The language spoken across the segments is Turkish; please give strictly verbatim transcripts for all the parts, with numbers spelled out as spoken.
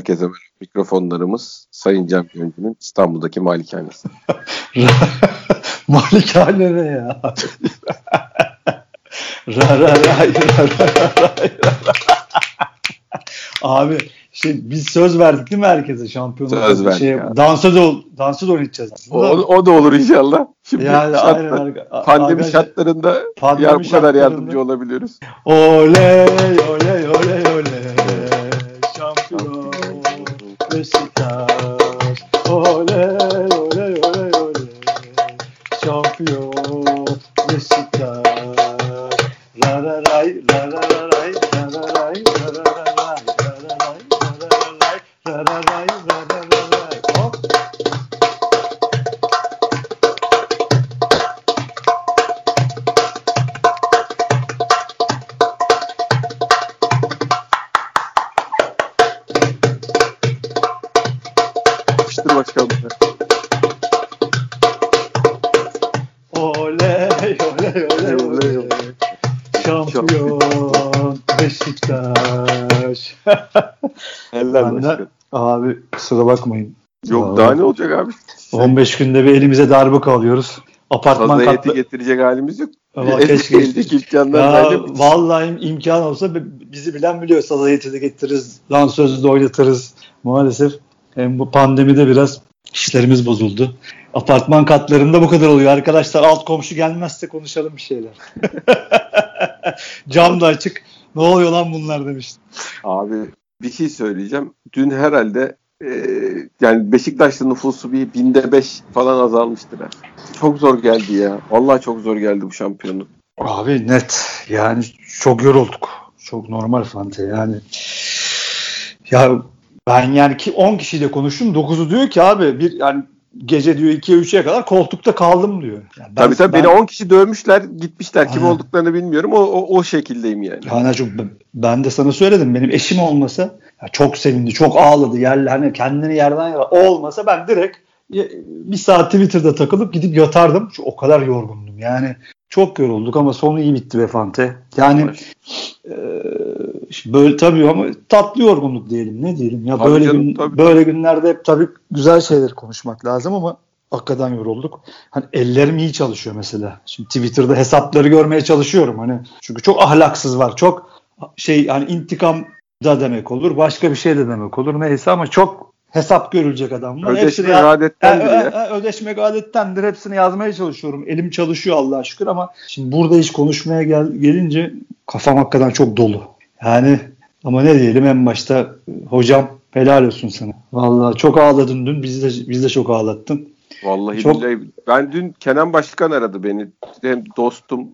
Herkese mikrofonlarımız Sayın Cem Yöncü'nün İstanbul'daki malikanesi. Malikane ne ya? ra ra ra ra Abi şey, biz söz verdik değil mi herkese şampiyonluk? Söz verdik. Şey, dansöz ol, dansöz oynayacağız aslında. O, o da olur inşallah. Şimdi yani, şartlar, aynen, pandemi aga, şartlarında pandemi ya bu kadar şartlarında... yardımcı olabiliyoruz. Oley oley oley oley şampiyon Beşiktaş. Oley oley oley oley şampiyon Beşiktaş. La la lay la la la lay la la lay la la la lay la la lay la la lay la la lay. Hop. Yapıştır başkanım. Oley oley oley oley şampiyon Beşiktaş. Eller başkanım. Abi kusura bakmayın. Yok Vallahi. daha ne olacak abi? on beş günde bir elimize darbuka alıyoruz. Apartman Fazla katlı. eti getirecek halimiz yok. Ama Eski keşke. eldeki imkanlar Ya, bence. vallahi imkan olsa bizi bilen biliyor. Sazı eti de getiririz. Dansözü de oynatırız. Maalesef hem bu pandemide biraz işlerimiz bozuldu. Apartman katlarında bu kadar oluyor. Arkadaşlar alt komşu gelmezse konuşalım bir şeyler. Cam da açık. Ne oluyor lan bunlar demiştim. Abi bir şey söyleyeceğim. Dün herhalde e, yani Beşiktaş'ta nüfusu bir binde beş falan azalmıştır. Ha. Çok zor geldi ya. Vallahi çok zor geldi bu şampiyonluk. Abi net. Yani çok yorulduk. Çok normal Fante. Yani ya ben yani ki on kişiyle konuştum. dokuzu diyor ki abi bir yani gece diyor ikiye üçe kadar koltukta kaldım diyor. Yani ben, tabii tabii ben, beni on kişi dövmüşler, gitmişler. Kim aynen. olduklarını bilmiyorum. O o, o şekildeyim yani. Yani çok, ben de sana söyledim. Benim eşim olmasa ya çok sevindi, çok ağladı. Yerler hani kendini yerden yere. O olmasa ben direkt bir saat Twitter'da takılıp gidip yatardım. Çünkü o kadar yorgundum. Yani çok yorulduk ama sonu iyi bitti be Fante. Yani e, böyle tabii ama tatlı yorgunluk diyelim. Ne diyelim? Ya tabii böyle canım, gün, tabii. böyle günlerde hep tabii güzel şeyler konuşmak lazım ama hakikaten yorulduk. Hani ellerim iyi çalışıyor mesela. Şimdi Twitter'da hesapları görmeye çalışıyorum hani. Çünkü çok ahlaksız var. Çok şey hani intikam da demek olur. Başka bir şey de demek olur. Neyse ama çok hesap görülecek adam var. Ödeşmek ya- adettendir e, ya. e, e, ödeşmek adettendir. Hepsini yazmaya çalışıyorum. Elim çalışıyor Allah'a şükür ama şimdi burada hiç konuşmaya gel, gelince kafam hakikaten çok dolu. Yani ama ne diyelim en başta hocam helal olsun sana. Vallahi çok ağladın dün. Bizi de, bizi de çok ağlattın. Vallahi Çok... billahi. Ben dün Kenan Başkan aradı beni. Hem dostum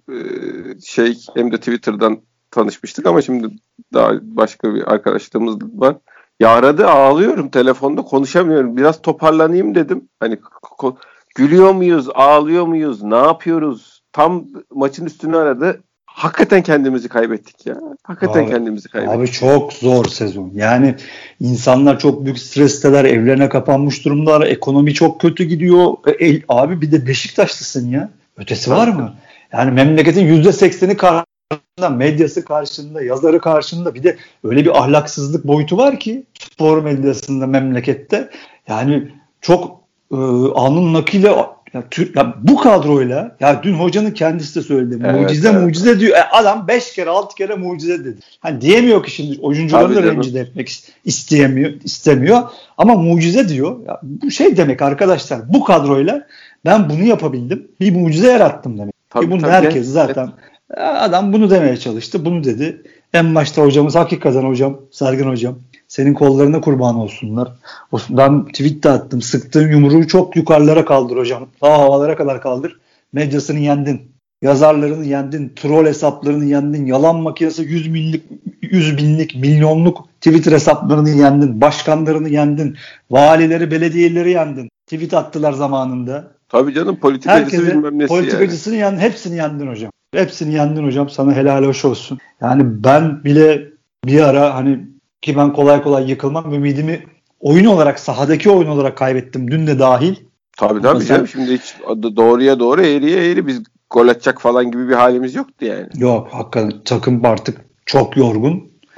şey hem de Twitter'dan tanışmıştık ama şimdi daha başka bir arkadaşlığımız var. Ya aradı, ağlıyorum telefonda, konuşamıyorum. Biraz toparlanayım dedim. Hani ko- gülüyor muyuz, ağlıyor muyuz, ne yapıyoruz? Tam maçın üstüne aradı. Hakikaten kendimizi kaybettik ya. Hakikaten abi, kendimizi kaybettik. Abi çok zor sezon. Yani insanlar çok büyük stresteler, evlerine kapanmış durumdalar. Ekonomi çok kötü gidiyor. E, e, abi bir de Beşiktaşlısın ya. Ötesi var mı? Yani memleketin yüzde sekseni karşısında, medyası karşısında, yazarı karşısında. Bir de öyle bir ahlaksızlık boyutu var ki spor medyasında memlekette. Yani çok e, alnın nakile ya, Türk, ya bu kadroyla ya dün hocanın kendisi de söyledi. Evet, mucize evet. mucize diyor. E, adam beş kere altı kere mucize dedi. Hani diyemiyor ki şimdi oyuncularını da rencide etmek isteyemiyor, istemiyor ama mucize diyor. Ya, bu şey demek arkadaşlar bu kadroyla ben bunu yapabildim. Bir mucize yarattım demek. Tabii, E bunu tabii. herkes zaten evet. Adam bunu demeye çalıştı. Bunu dedi. En başta hocamız hakikaten hocam, Sergen hocam. Senin kollarına kurban olsunlar. Ben tweet'te attım. Sıktığın yumruğu çok yukarılara kaldır hocam. Daha havalara kadar kaldır. Medyasını yendin. Yazarlarını yendin. Troll hesaplarını yendin. Yalan makinesi yüz binlik, yüz binlik, milyonluk Twitter hesaplarını yendin. Başkanlarını yendin. Valileri, belediyeleri yendin. Tweet attılar zamanında. Tabii canım, politikacısı Herkese, bilmem nesi politikacısını yani. yendin. Hepsini yendin hocam. Hepsini yendin hocam. Sana helal hoş olsun. Yani ben bile bir ara hani ki ben kolay kolay yıkılmam. Ümidimi oyun olarak, sahadaki oyun olarak kaybettim. Dün de dahil. Tabii tabii Mesela, canım. Şimdi hiç doğruya doğru, eğriye eğri biz gol atacak falan gibi bir halimiz yoktu yani. Yok hakikaten takım artık çok yorgun.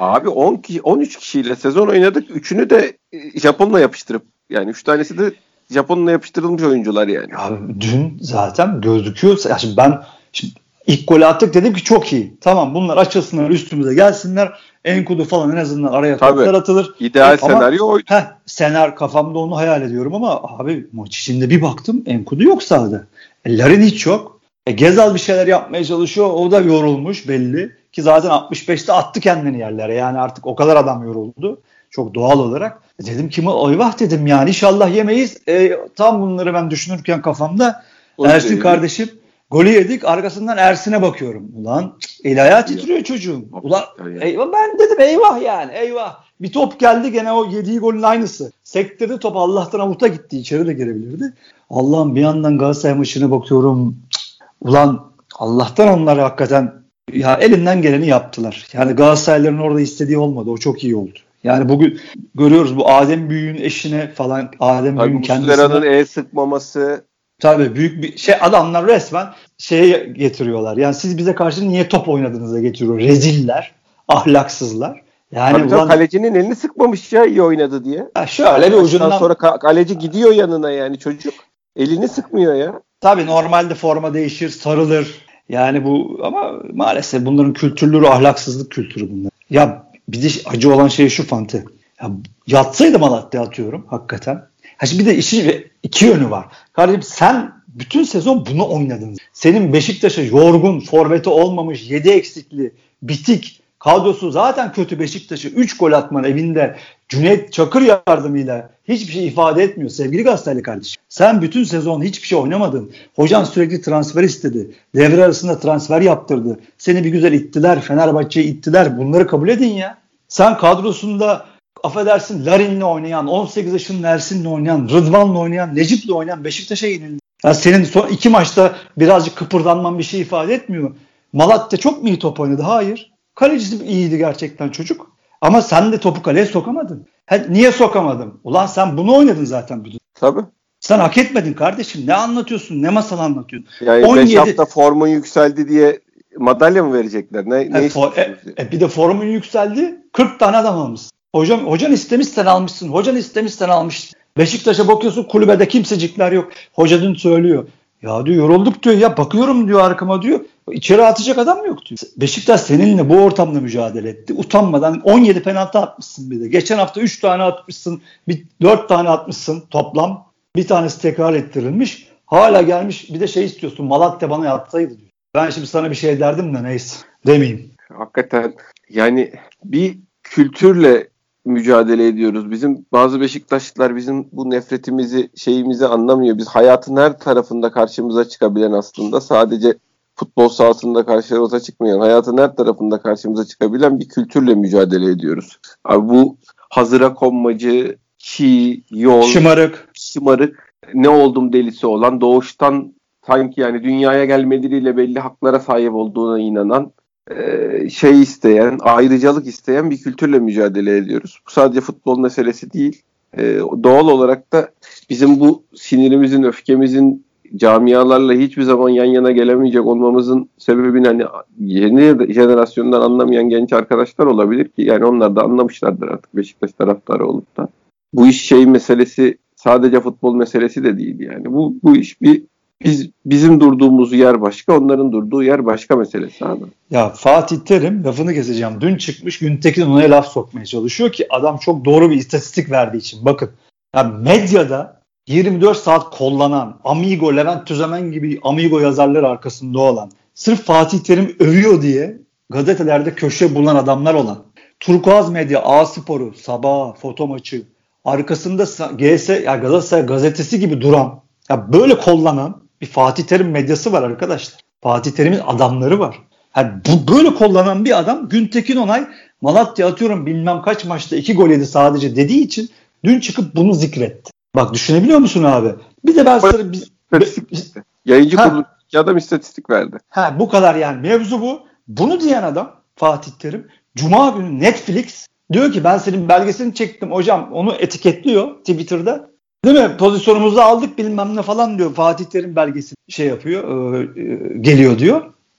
Abi on kişi, on üç kişiyle sezon oynadık. Üçünü de Japon'la yapıştırıp yani üç tanesi de Japon'la yapıştırılmış oyuncular yani. Abi dün zaten gözüküyor. Ya şimdi ben şimdi ilk golü attık dedim ki çok iyi. Tamam bunlar açılsınlar üstümüze gelsinler. Enkudu falan en azından araya Tabii, toplar atılır. İdeal e, senaryo oydu. Heh, senaryo kafamda onu hayal ediyorum ama abi maç içinde bir baktım Enkudu yok sahada. E, Larin hiç yok. E, Gezal bir şeyler yapmaya çalışıyor. O da yorulmuş belli. Ki zaten altmış beşte attı kendini yerlere. Yani artık o kadar adam yoruldu. Çok doğal olarak. E, dedim ki eyvah dedim yani inşallah yemeyiz. E, tam bunları ben düşünürken kafamda o Ersin değil. Kardeşim golü yedik. Arkasından Ersin'e bakıyorum. Ulan el ayağı titriyor çocuğum. Ulan eyvah ben dedim eyvah yani eyvah. Bir top geldi gene o yediği golün aynısı. Sektirdi top Allah'tan avuta gitti. İçeri de girebilirdi. Allah'ım bir yandan Galatasaray maçına bakıyorum. Ulan Allah'tan onlar hakikaten ya elinden geleni yaptılar. Yani Galatasaraylıların orada istediği olmadı. O çok iyi oldu. Yani bugün görüyoruz bu Adem Büyük'ün eşine falan Adem Büyük'ün kendisine. Muslera'nın el sıkmaması. Tabii büyük bir şey adamlar resmen şeye getiriyorlar. Yani siz bize karşı niye top oynadığınıza getiriyor. Reziller, ahlaksızlar. Yani tabii ulan, kalecinin elini sıkmamış ya iyi oynadı diye. Ya şöyle bir ucundan sonra kaleci gidiyor yanına yani çocuk. Elini sıkmıyor ya. Tabii normalde forma değişir, sarılır. Yani bu ama maalesef bunların kültürleri ahlaksızlık kültürü bunlar. Ya bir de acı olan şey şu Fante. Ya, yatsaydı Malatya atıyorum hakikaten. Ha şimdi bir de işin iki yönü var. Kardeşim sen bütün sezon bunu oynadın. Senin Beşiktaş'a yorgun, forveti olmamış, yedi eksikli, bitik kadrosu zaten kötü Beşiktaş'a üç gol atman evinde Cüneyt Çakır yardımıyla hiçbir şey ifade etmiyor sevgili Galatasaraylı kardeşim. Sen bütün sezon hiçbir şey oynamadın. Hocan sürekli transfer istedi. Devre arasında transfer yaptırdı. Seni bir güzel ittiler. Fenerbahçe'yi ittiler. Bunları kabul edin ya. Sen kadrosunda affedersin Larin'le oynayan, on sekiz yaşında Ersin'le oynayan, Rıdvan'la oynayan, Necip'le oynayan Beşiktaş'a yenildi. Yani senin son iki maçta birazcık kıpırdanman bir şey ifade etmiyor. Malatya çok mu iyi top oynadı? Hayır. Kalecisi iyiydi gerçekten çocuk. Ama sen de topu kaleye sokamadın. He, niye sokamadın? Ulan sen bunu oynadın zaten. Tabii. Sen hak etmedin kardeşim. Ne anlatıyorsun? Ne masal anlatıyorsun? Yani beş hafta formun yükseldi diye madalya mı verecekler? Ne, e, ne for, e, e, bir de formun yükseldi. kırk tane adam almışsın. Hocam, hocan istemişsen almışsın. Hocan istemişsen almışsın. Beşiktaş'a bakıyorsun kulübede kimsecikler yok. Hoca dün söylüyor. Ya diyor yorulduk diyor ya bakıyorum diyor arkama diyor. İçeri atacak adam yok diyor. Beşiktaş seninle bu ortamda mücadele etti. Utanmadan on yedi penaltı atmışsın bir de. Geçen hafta üç tane atmışsın. Bir, dört tane atmışsın toplam. Bir tanesi tekrar ettirilmiş. Hala gelmiş bir de şey istiyorsun. Malatya bana yatsaydı diyor. Ben şimdi sana bir şey derdim de neyse demeyeyim. Hakikaten yani bir kültürle mücadele ediyoruz. Bizim bazı Beşiktaşlılar bizim bu nefretimizi, şeyimizi anlamıyor. Biz hayatın her tarafında karşımıza çıkabilen aslında sadece futbol sahasında karşımıza çıkmayan, hayatın her tarafında karşımıza çıkabilen bir kültürle mücadele ediyoruz. Abi bu hazıra konmacı, çiğ, yol, şımarık, şımarık, ne oldum delisi olan, doğuştan sanki yani dünyaya gelmeleriyle belli haklara sahip olduğuna inanan, şey isteyen, ayrıcalık isteyen bir kültürle mücadele ediyoruz. Bu sadece futbol meselesi değil. Doğal olarak da bizim bu sinirimizin, öfkemizin camialarla hiçbir zaman yan yana gelemeyecek olmamızın sebebini hani yeni jenerasyondan anlamayan genç arkadaşlar olabilir ki yani onlar da anlamışlardır artık Beşiktaş taraftarı olup da. Bu iş şey meselesi sadece futbol meselesi de değil yani. Bu bu iş bir Biz bizim durduğumuz yer başka, onların durduğu yer başka meselesi abi. Ya Fatih Terim lafını keseceğim. Dün çıkmış Güntekin ona laf sokmaya çalışıyor ki adam çok doğru bir istatistik verdiği için. Bakın ya medyada yirmi dört saat kollanan Amigo, Levent Tüzemen gibi Amigo yazarları arkasında olan sırf Fatih Terim övüyor diye gazetelerde köşe bulan adamlar olan Turkuaz Medya, A Spor'u, Sabah, Foto Maçı arkasında G S ya Galatasaray gazetesi gibi duran ya böyle kollanan bir Fatih Terim medyası var arkadaşlar. Fatih Terim'in adamları var. Yani bu böyle kollanan bir adam Güntekin Onay Malatya atıyorum bilmem kaç maçta iki gol yedi sadece dediği için dün çıkıp bunu zikretti. Bak düşünebiliyor musun abi? Bir de ben sana bir, be, yayıncı kurulu adam istatistik verdi. Ha bu kadar yani mevzu bu. Bunu diyen adam Fatih Terim Cuma günü Netflix diyor ki ben senin belgeselini çektim hocam onu etiketliyor Twitter'da. Değil mi? Pozisyonumuzu aldık bilmem ne falan diyor. Fatih Terim belgesi şey yapıyor, e, e, geliyor diyor.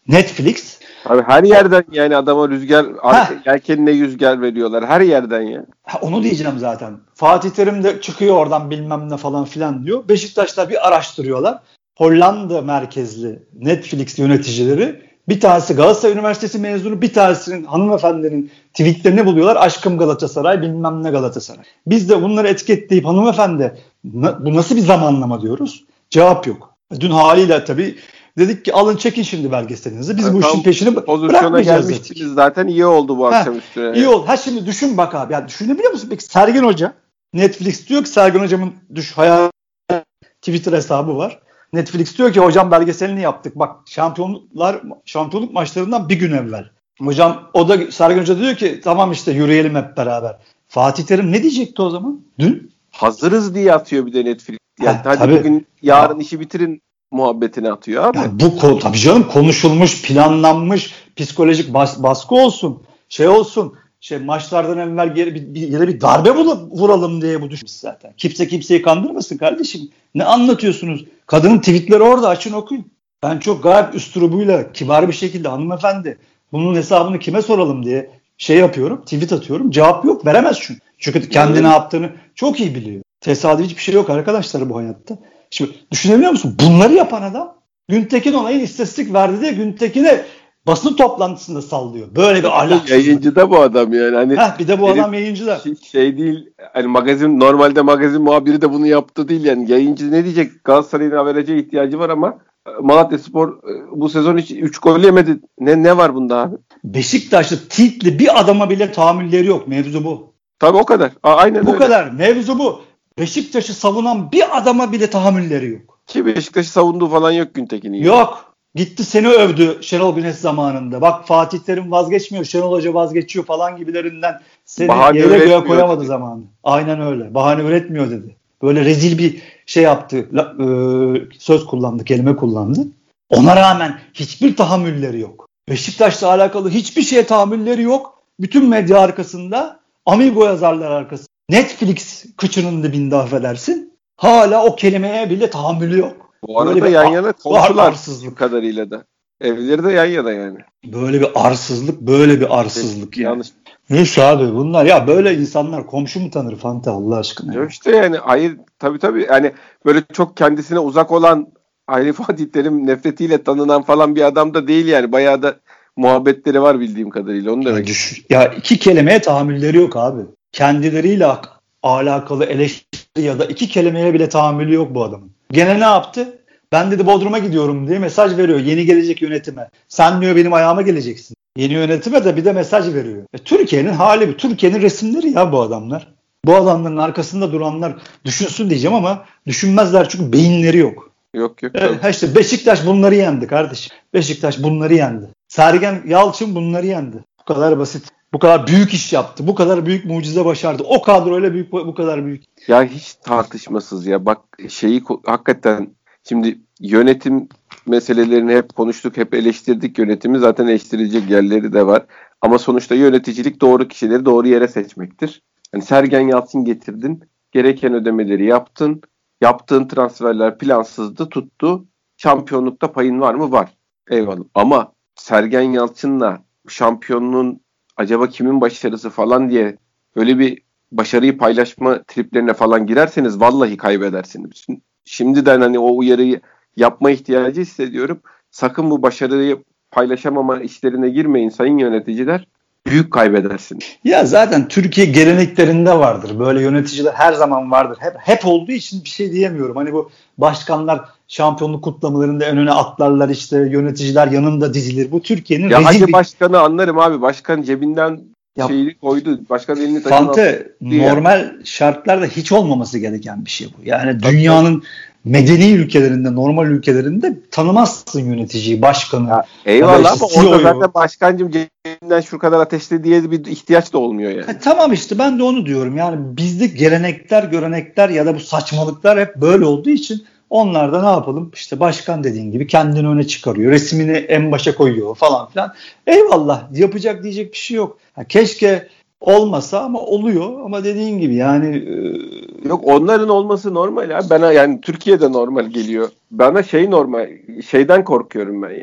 Netflix. Abi her yerden yani adama rüzgar, yelkenine rüzgar veriyorlar. Her yerden ya. Ha, onu diyeceğim zaten. Fatih Terim de çıkıyor oradan bilmem ne falan filan diyor. Beşiktaşlar bir araştırıyorlar. Hollanda merkezli Netflix yöneticileri, bir tanesi Galatasaray Üniversitesi mezunu, bir tanesinin hanımefendinin tweetlerini buluyorlar. Aşkım Galatasaray, bilmem ne Galatasaray. Biz de bunları etiketleyip hanımefendi bu nasıl bir zamanlama diyoruz? Cevap yok. Dün haliyle tabii dedik ki alın çekin şimdi belgeselinizi. Biz yani bu işin peşini bırakmayacağız dedik. Zaten iyi oldu bu akşam üstüne. İyi oldu. Ha şimdi düşün bak abi. Ya düşünebiliyor musun? Peki Sergen Hoca, Netflix diyor ki Sergen Hocamın düş hayal Twitter hesabı var. Netflix diyor ki hocam belgeselini yaptık. Bak şampiyonluklar şampiyonluk maçlarından bir gün evvel. Hocam o da Sergen Hoca diyor ki tamam işte yürüyelim hep beraber. Fatih Terim ne diyecekti o zaman? Dün? Hazırız diye atıyor bir de Netflix. Yani ha, hadi tabii. Bugün yarın ya. işi bitirin muhabbetini atıyor abi. Ya bu tabii canım konuşulmuş, planlanmış, psikolojik bas, baskı olsun, şey olsun. Şey maçlardan evvel geri bir, bir, yere bir darbe bulup vuralım diye bu düşmüş zaten. Kimse kimseyi kandırmasın kardeşim. Ne anlatıyorsunuz? Kadının tweetleri orada, açın okuyun. Ben çok gayet üslubuyla, kibar bir şekilde hanımefendi bunun hesabını kime soralım diye şey yapıyorum, tweet atıyorum. Cevap yok, veremez çünkü. Çünkü kendi ne yaptığını çok iyi biliyor. Tesadüf hiçbir şey yok arkadaşlar bu hayatta. Şimdi düşünebiliyor musun? Bunları yapan adam Güntekin Onay'ın istatistik verdi diye Güntekin'e basın toplantısında sallıyor. Böyle bir ahlaksızlık. Yayıncı da bu adam yani. Hani Heh, bir de bu adam yayıncı da. Şey, şey değil. Hani magazin normalde magazin muhabiri de bunu yaptı değil yani. Yayıncı ne diyecek? Galatasaray'ın averajı ihtiyacı var ama Malatyaspor bu sezon hiç üç gol yemedi. Ne ne var bunda abi? Beşiktaşlı titli bir adama bile tahammülleri yok. Mevzu bu. Tabii o kadar. A, aynen bu öyle. Bu kadar. Mevzu bu. Beşiktaş'ı savunan bir adama bile tahammülleri yok. Ki Beşiktaş'ı savunduğu falan yok Güntekin'in. Yok. Gitti seni övdü Şenol Güneş zamanında. Bak Fatih Terim vazgeçmiyor, Şenol Hoca vazgeçiyor falan gibilerinden seni bahane yere göğe koyamadı dedi. Zamanı. Aynen öyle. Bahane üretmiyor dedi. Böyle rezil bir şey yaptı. E, söz kullandı, kelime kullandı. Ona rağmen hiçbir tahammülleri yok. Beşiktaş'la alakalı hiçbir şeye tahammülleri yok. Bütün medya arkasında, Amigo yazarlar arkasında. Netflix kıçının dibinde affedersin. Hala o kelimeye bile tahammülü yok. Bu arada böyle yan yana komşular kadarıyla da. Evleri de yan yana yani. Böyle bir arsızlık, böyle bir arsızlık yani. Yanlış. Neyse abi bunlar ya böyle insanlar komşu mu tanır Fante Allah aşkına? Yok işte yani hayır tabii tabii yani böyle çok kendisine uzak olan Hayri Fatih Terim nefretiyle tanınan falan bir adam da değil yani. Bayağı da muhabbetleri var bildiğim kadarıyla onu demek. Ya, düş- ya iki kelimeye tahammülleri yok abi. Kendileriyle alakalı eleştiri ya da iki kelimeye bile tahammülü yok bu adamın. Gene ne yaptı? Ben dedi Bodrum'a gidiyorum diye mesaj veriyor yeni gelecek yönetime. Sen diyor benim ayağıma geleceksin. Yeni yönetime de bir de mesaj veriyor. E, Türkiye'nin hali bu. Türkiye'nin resimleri ya bu adamlar. Bu adamların arkasında duranlar düşünsün diyeceğim ama düşünmezler çünkü beyinleri yok. Yok yok. E, işte Beşiktaş bunları yendi kardeşim. Beşiktaş bunları yendi. Sergen Yalçın bunları yendi. Bu kadar basit. Bu kadar büyük iş yaptı. Bu kadar büyük mucize başardı. O kadro öyle büyük, bu kadar büyük. Ya hiç tartışmasız ya. Bak şeyi hakikaten şimdi yönetim meselelerini hep konuştuk, hep eleştirdik yönetimi. Zaten eleştirilecek yerleri de var. Ama sonuçta yöneticilik doğru kişileri doğru yere seçmektir. Yani Sergen Yalçın getirdin, gereken ödemeleri yaptın. Yaptığın transferler plansızdı, tuttu. Şampiyonlukta payın var mı? Var. Eyvallah. Ama Sergen Yalçın'la şampiyonluğun acaba kimin başarısı falan diye öyle bir başarıyı paylaşma triplerine falan girerseniz vallahi kaybedersiniz. Şimdiden hani o uyarıyı yapma ihtiyacı hissediyorum. Sakın bu başarıyı paylaşamama işlerine girmeyin sayın yöneticiler. Büyük kaybedersiniz. Ya zaten Türkiye geleneklerinde vardır. Böyle yöneticiler her zaman vardır. Hep hep olduğu için bir şey diyemiyorum. Hani bu başkanlar şampiyonluk kutlamalarında en öne atlarlar işte yöneticiler yanında dizilir. Bu Türkiye'nin ya rezil hadi bir... başkanı anlarım abi. Başkan cebinden ya, şeyini koydu. Başkan elini taşına Fante normal yani. Şartlarda hiç olmaması gereken bir şey bu. Yani tabii dünyanın tabii. medeni ülkelerinde, normal ülkelerinde tanımazsın yöneticiyi, başkanı. Ya, eyvallah ama işte orada zaten başkancım cebinden şu kadar ateşli diye bir ihtiyaç da olmuyor yani. Ha, tamam işte ben de onu diyorum. Yani bizde gelenekler, görenekler ya da bu saçmalıklar hep böyle olduğu için onlar da ne yapalım? İşte başkan dediğin gibi kendini öne çıkarıyor. Resmini en başa koyuyor falan filan. Eyvallah yapacak diyecek bir şey yok. Ha, keşke olmasa ama oluyor. Ama dediğin gibi yani... E... Yok onların olması normal ya. Bana yani Türkiye'de normal geliyor. Bana şey normal. Şeyden korkuyorum ben yani.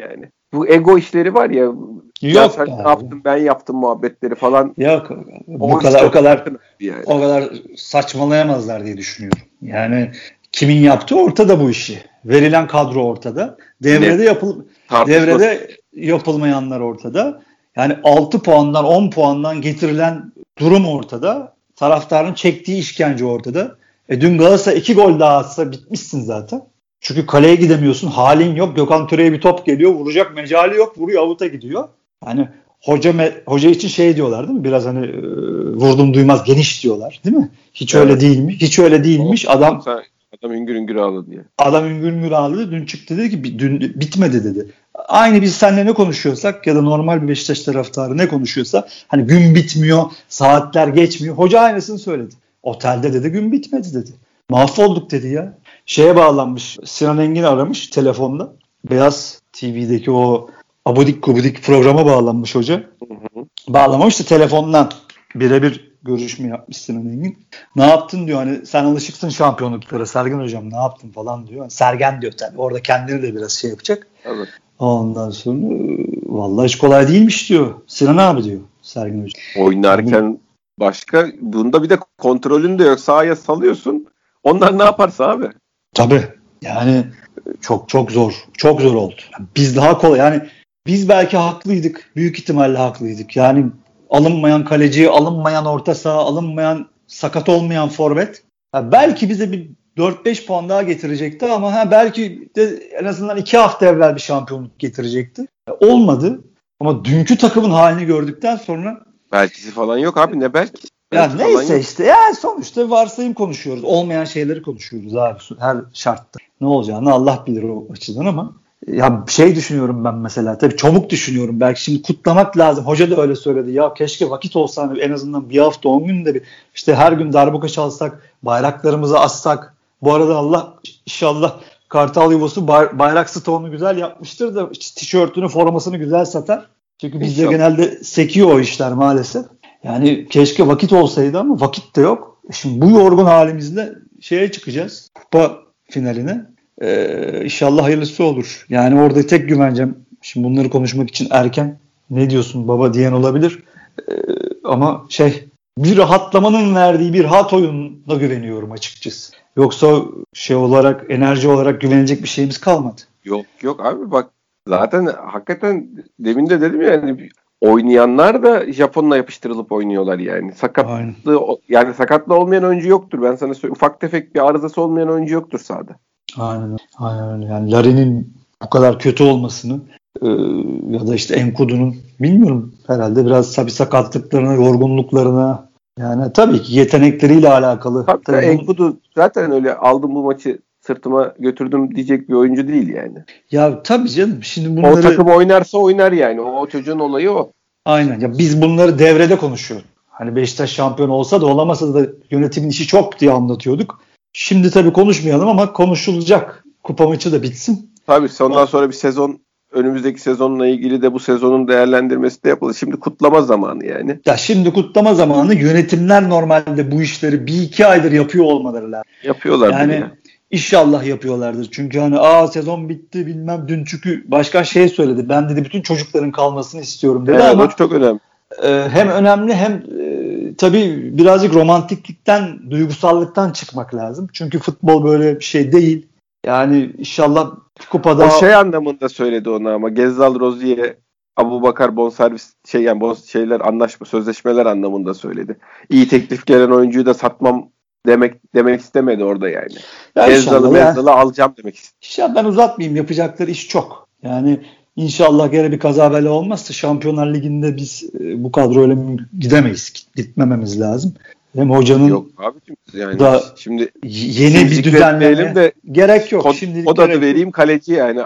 bu ego işleri var ya. Yok ya sen abi. ne yaptın ben yaptım muhabbetleri falan. Yok. Bu O kadar o kadar yani. o kadar saçmalayamazlar diye düşünüyorum. Yani kimin yaptığı ortada bu işi. Verilen kadro ortada. Devrede yapıl devrede yapılmayanlar ortada. Yani altı puandan on puandan getirilen durum ortada. Taraftarın çektiği işkence ortada. E dün Galatasaray iki gol daha atsa bitmişsin zaten. Çünkü kaleye gidemiyorsun. Halin yok. Gökhan Töre'ye bir top geliyor. Vuracak mecali yok. Vuruyor, avuta gidiyor. Hani hoca me- hoca için şey diyorlar değil mi? Biraz hani e, vurdum duymaz geniş diyorlar değil mi? Hiç evet. öyle değilmiş. Hiç öyle değilmiş. O, adam adam üngür üngür ağladı diye. Adam üngür üngür ağladı. Dün çıktı dedi ki dün bitmedi dedi. Aynı biz seninle ne konuşuyorsak ya da normal bir Beşiktaş taraftarı ne konuşuyorsa hani gün bitmiyor, saatler geçmiyor. Hoca aynısını söyledi. Otelde dedi gün bitmedi dedi. Mahvolduk dedi ya. Şeye bağlanmış. Sinan Engin aramış telefonda. Beyaz T V'deki o abudik gubidik programa bağlanmış hoca. Hı hı. Bağlamamış da telefondan birebir görüşme yapmış Sinan Engin. Ne yaptın diyor, hani sen alışıksın şampiyonluklara Sergen hocam ne yaptın falan diyor. Yani Sergen diyor tabii. Orada kendini de biraz şey yapacak. Evet. Ondan sonra vallahi hiç kolay değilmiş diyor. Sinan abi diyor Sergen hocam. Oynarken yani, başka bunda bir de kontrolün de yok. Sahaya salıyorsun. Onlar ne yaparsa abi. Tabii. Yani çok çok zor. Çok zor oldu. Yani biz daha kolay. Yani biz belki haklıydık. Büyük ihtimalle haklıydık. Yani alınmayan kaleci, alınmayan orta saha, alınmayan sakat olmayan forvet. Yani belki bize bir dört beş puan daha getirecekti ama ha belki de en azından iki hafta evvel bir şampiyonluk getirecekti. Yani olmadı. Ama dünkü takımın halini gördükten sonra belkisi falan yok abi, ne belki? Ya belki neyse işte yani sonuçta varsayım konuşuyoruz. Olmayan şeyleri konuşuyoruz abi her şartta. Ne olacağını Allah bilir o açıdan ama ya şey düşünüyorum ben mesela. Tabii çabuk düşünüyorum. Belki şimdi kutlamak lazım. Hoca da öyle söyledi. Ya keşke vakit olsa hani en azından bir hafta on günde bir işte her gün darbuka çalsak, bayraklarımızı assak. Bu arada Allah inşallah Kartal Yuvası bayrak stoğunu güzel yapmıştır da tişörtünü, formasını güzel satar. Çünkü bizde genelde sekiyor o işler maalesef. Yani keşke vakit olsaydı ama vakit de yok. Şimdi bu yorgun halimizle şeye çıkacağız. Kupa finaline. Ee, inşallah hayırlısı olur. Yani orada tek güvencem, şimdi bunları konuşmak için erken, ne diyorsun baba diyen olabilir. Ee, ama şey bir rahatlamanın verdiği bir rahat oyununa güveniyorum açıkçası. Yoksa şey olarak, enerji olarak güvenecek bir şeyimiz kalmadı. Yok yok abi bak zaten hakikaten demin de dedim ya yani oynayanlar da Japon'la yapıştırılıp oynuyorlar yani. Sakatlığı Aynen. yani sakatlı olmayan oyuncu yoktur. Ben sana söyleyeyim. Ufak tefek bir arızası olmayan oyuncu yoktur sahada. Aynen. Aynen öyle. Yani Larin'in bu kadar kötü olmasını e, ya da işte Enkudu'nun bilmiyorum herhalde biraz tabii sakatlıklarına, yorgunluklarına yani tabii ki yetenekleriyle alakalı. Tabii, tabii Enkudu bunun... zaten öyle aldım bu maçı sırtıma götürdüm diyecek bir oyuncu değil yani. Ya tabii canım. Şimdi bunları... O takım oynarsa oynar yani. O, o çocuğun olayı o. Aynen. Ya biz bunları devrede konuşuyoruz. Hani Beşiktaş şampiyon olsa da olamasa da yönetimin işi çok diye anlatıyorduk. Şimdi tabii konuşmayalım ama konuşulacak. Kupa maçı da bitsin. Tabii ondan sonra bir sezon, önümüzdeki sezonla ilgili de bu sezonun değerlendirmesi de yapılır. Şimdi kutlama zamanı yani. Ya şimdi kutlama zamanı, yönetimler normalde bu işleri bir iki aydır yapıyor olmaları lazım. Yapıyorlar yani. Ya. İnşallah yapıyorlardır. Çünkü hani aa sezon bitti bilmem, dün çünkü başkan şey söyledi. Ben dedi bütün çocukların kalmasını istiyorum dedi, evet, ama o çok önemli. E, hem önemli hem e, tabii birazcık romantiklikten, duygusallıktan çıkmak lazım. Çünkü futbol böyle bir şey değil. Yani inşallah kupada... O şey anlamında söyledi onu ama Gezzal Rozier, Abubakar bonservis şey yani bon, şeyler anlaşma, sözleşmeler anlamında söyledi. İyi teklif gelen oyuncuyu da satmam demek demek istemedi orada yani. Gezzal'ı Mezzal'ı alacağım demek istedi. İnşallah ben uzatmayayım. Yapacakları iş çok. Yani inşallah gene bir kaza bela olmazsa Şampiyonlar Ligi'nde biz e, bu kadroyla gidemeyiz. Gitmememiz lazım. Hem hocanın yok abicim yani da şimdi yeni bir düzenleme de gerek yok. Kod, Şimdilik kod adı vereyim yok. Kaleci yani.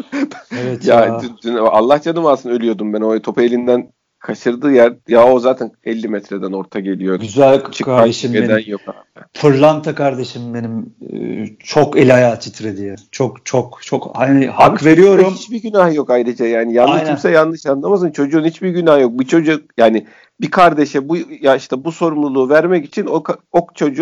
Evet ya, ya. Dün, dün, Allah canım alsın ölüyordum ben o topu elinden kaçırdığı yer ya o zaten elli metreden orta geliyor. Güzel kardeşim benim. Yok abi. Pırlanta kardeşim benim. Çok el ayağı titredi ya. Çok çok çok hani hak abi, veriyorum. Hiçbir günah yok ayrıca yani. Yanlış Aynen. Kimse yanlış anlamasın. Çocuğun hiçbir günah yok. Bir çocuk yani bir kardeşe bu ya işte bu sorumluluğu vermek için o, o çocuğun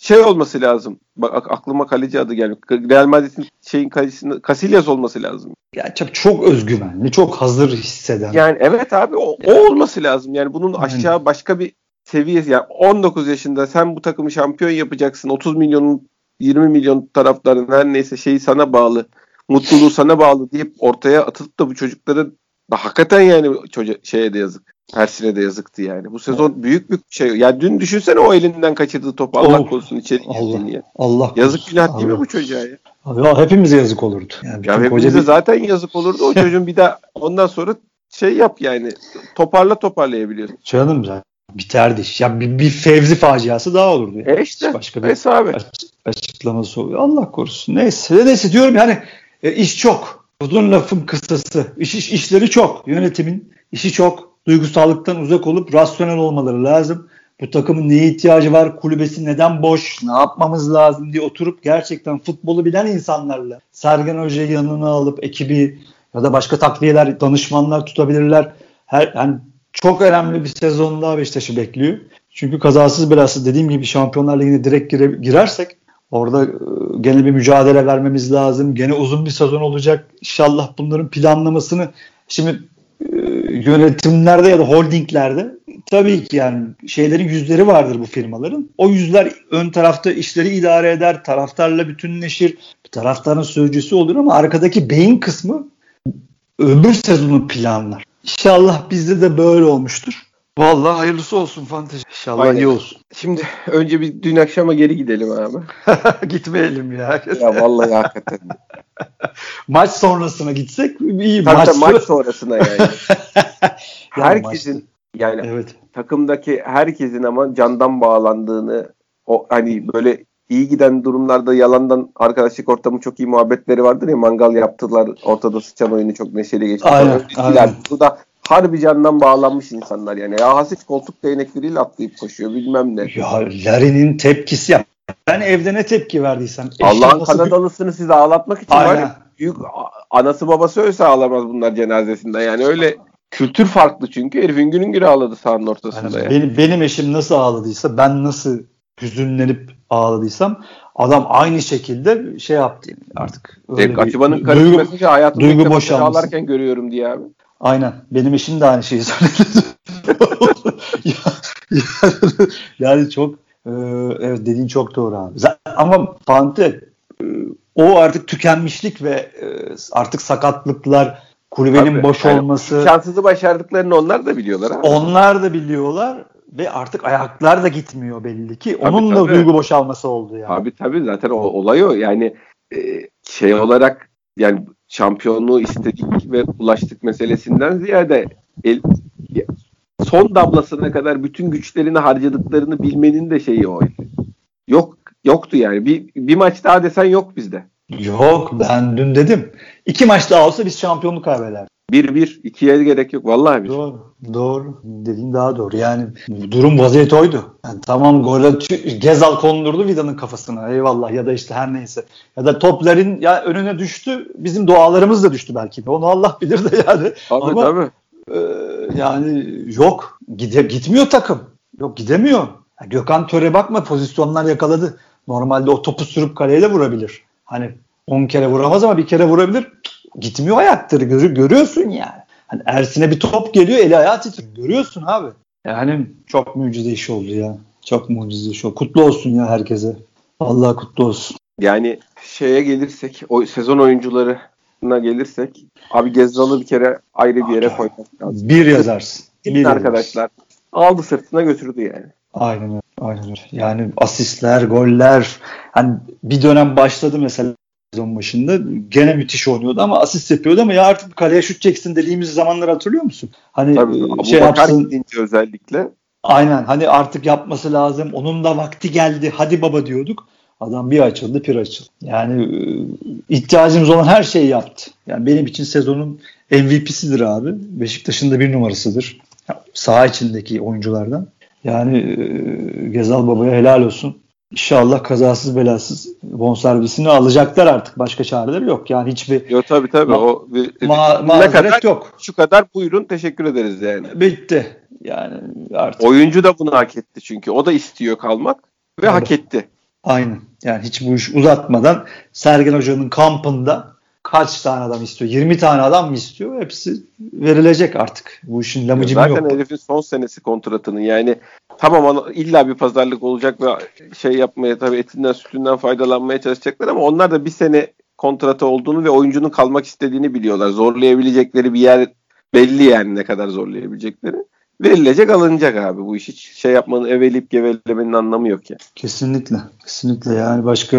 şey olması lazım. Bak aklıma kaleci adı gelmiyor. Real Madrid'in şeyin kalecisinde Casillas olması lazım. Ya çok, çok özgüvenli, çok hazır hisseden. Yani evet abi o, o olması lazım. Yani bunun aşağı Aynen. başka bir seviyesi. Yani on dokuz yaşında sen bu takımı şampiyon yapacaksın. otuz milyonun yirmi milyon taraftarın her neyse şeyi sana bağlı. Mutluluğu sana bağlı deyip ortaya atılıp da bu çocukların da hakikaten yani çocuk şeye de yazık. Persine de yazıktı yani. Bu sezon büyük bir şey. Yani dün düşünsene o elinden kaçırdığı topu Allah Oh, korusun içeri Allah, girdiğini. Allah Yazık korusun. günah değil mi Allah. bu çocuğa ya? Abi, ya hepimize yazık olurdu. Yani Ya hepimize bir... zaten yazık olurdu. O çocuğun bir daha ondan sonra şey yap yani toparla toparlayabiliyorsun. Canım zaten biterdi iş. Ya bir, bir Fevzi faciası daha olurdu. Yani. E işte. Başka bir hesabı. açıklaması oluyor. Allah korusun. Neyse. Neyse diyorum yani e, iş çok. Uzun lafın kısası. İş, iş, işleri çok. Yönetimin işi çok. Duygusallıktan uzak olup rasyonel olmaları lazım. Bu takımın neye ihtiyacı var? Kulübesi neden boş? Ne yapmamız lazım diye oturup gerçekten futbolu bilen insanlarla Sergen Hoca'yı yanına alıp ekibi ya da başka takviyeler, danışmanlar tutabilirler. Her, yani çok önemli bir sezon daha Beşiktaş'ı bekliyor. Çünkü kazasız belasız dediğim gibi Şampiyonlar Ligi'ne direkt gire, girersek orada gene bir mücadele vermemiz lazım. Gene uzun bir sezon olacak. İnşallah bunların planlamasını şimdi yönetimlerde ya da holdinglerde tabii ki yani şeylerin yüzleri vardır bu firmaların. O yüzler ön tarafta işleri idare eder, taraftarla bütünleşir, taraftarın sözcüsü olur ama arkadaki beyin kısmı öbür sezonu planlar. İnşallah bizde de böyle olmuştur. Vallahi hayırlısı olsun fantezi. İnşallah Aynen. iyi olsun. Şimdi önce bir dün akşama geri gidelim abi. Gitmeyelim ya. Ya vallahi hakikaten. Maç sonrasına gitsek iyi. Tabii maç, tabii, maç sonrasına yani. Herkesin maçta. yani Evet. takımdaki herkesin ama candan bağlandığını o hani böyle iyi giden durumlarda yalandan arkadaşlık ortamı çok iyi muhabbetleri vardır ya, mangal yaptılar ortada sıçan oyunu çok neşeli geçti. Aynen, aynen. Bu da harbi candan bağlanmış insanlar yani. Ya Hasic koltuk değnekleriyle atlayıp koşuyor bilmem ne. Ya Larin'in tepkisi ya. Ben evde ne tepki verdiysem. Allah'ın Kanadalısını bir... sizi ağlatmak için Aynen. var ya, büyük anası babası ölse ağlamaz bunlar cenazesinden. Yani öyle kültür farklı çünkü. Herifin günün günü ağladı sahanın ortasında. Yani. Yani. Benim, benim eşim nasıl ağladıysa, ben nasıl hüzünlenip ağladıysam adam aynı şekilde şey yaptı artık. Öyle Atiba'nın karısı mesela hayatımda duygu boşalması ağlarken görüyorum diye abi. Aynen. Benim eşim de aynı şeyi söyledi. yani çok e, evet dediğin çok doğru abi. Ama Pante e, o artık tükenmişlik ve e, artık sakatlıklar, kulübenin abi, boş yani olması. Şanssızı başardıklarını onlar da biliyorlar abi. Onlar da biliyorlar ve artık ayaklar da gitmiyor belli ki. Tabii, onun tabii. da duygu boşalması oldu yani. Abi tabii zaten o olay o. Yani e, şey olarak yani şampiyonluğu istedik ve ulaştık meselesinden ziyade el, son damlasına kadar bütün güçlerini harcadıklarını bilmenin de şeyi o. Yok yoktu yani. Bir, bir maç daha desen yok bizde. Yok ben dün dedim. İki maç daha olsa biz şampiyonluk kaybeder. Bir bir. ikiye gerek yok. Vallahi bir. Doğru. Doğru. Dediğin daha doğru. Yani durum vaziyet oydu. Yani tamam gole Gezal kondurdu Vida'nın kafasına. Eyvallah ya da işte her neyse. Ya da topların ya önüne düştü. Bizim dualarımız da düştü belki de. Onu Allah bilir de yani. Tabii Ama, tabii. E, yani yok. Gide, gitmiyor takım. Yok gidemiyor. Yani Gökhan Töre bakma pozisyonlar yakaladı. Normalde o topu sürüp kaleyle vurabilir. Hani on kere vuramaz ama bir kere vurabilir. Gitmiyor ayakları. Gör, görüyorsun yani. Hani Ersin'e bir top geliyor eli ayağı titriyor. Görüyorsun abi. Yani çok mucize iş oldu ya. Çok mucize iş oldu. Kutlu olsun ya herkese. Vallahi kutlu olsun. Yani şeye gelirsek, o sezon oyuncularına gelirsek abi Gezzal'ı bir kere ayrı bir yere koymak lazım. Bir yazarsın. Bir arkadaşlar. Aldı sırtına götürdü yani. Aynen öyle. Aynen öyle. Yani asistler, goller. Hani bir dönem başladı mesela sezon başında. Gene müthiş oynuyordu ama asist yapıyordu ama ya artık kaleye şut çeksin dediğimiz zamanları hatırlıyor musun? Hani tabii, şey yapsın. Özellikle. Aynen. Hani artık yapması lazım. Onun da vakti geldi. Hadi baba diyorduk. Adam bir açıldı, bir açıldı. Yani ihtiyacımız olan her şeyi yaptı. Yani benim için sezonun M V P'sidir abi. Beşiktaş'ın da bir numarasıdır. Saha içindeki oyunculardan. Yani e, Gezal Baba'ya helal olsun. İnşallah kazasız belasız bonservisini alacaklar artık. Başka çareleri yok. Yani hiçbir yok tabii tabii. Ma- o bir, ma- ma- ne kadar yok. Şu kadar buyurun teşekkür ederiz yani. Bitti. Yani artık. Oyuncu da bunu hak etti çünkü. O da istiyor kalmak ve tabii. hak etti. Aynen. Yani hiç bu iş uzatmadan Sergen Hoca'nın kampında kaç tane adam istiyor? yirmi tane adam mı istiyor? Hepsi verilecek artık. Bu işin lamıcımı yok. Zaten herifin son senesi kontratının, yani tamam illa bir pazarlık olacak ve şey yapmaya, tabii etinden sütünden faydalanmaya çalışacaklar ama onlar da bir sene kontratı olduğunu ve oyuncunun kalmak istediğini biliyorlar. Zorlayabilecekleri bir yer belli, yani ne kadar zorlayabilecekleri. Verilecek, alınacak abi. Bu iş hiç şey yapmanın, eveleyip gevelemenin anlamı yok ya. Kesinlikle. Kesinlikle, yani başka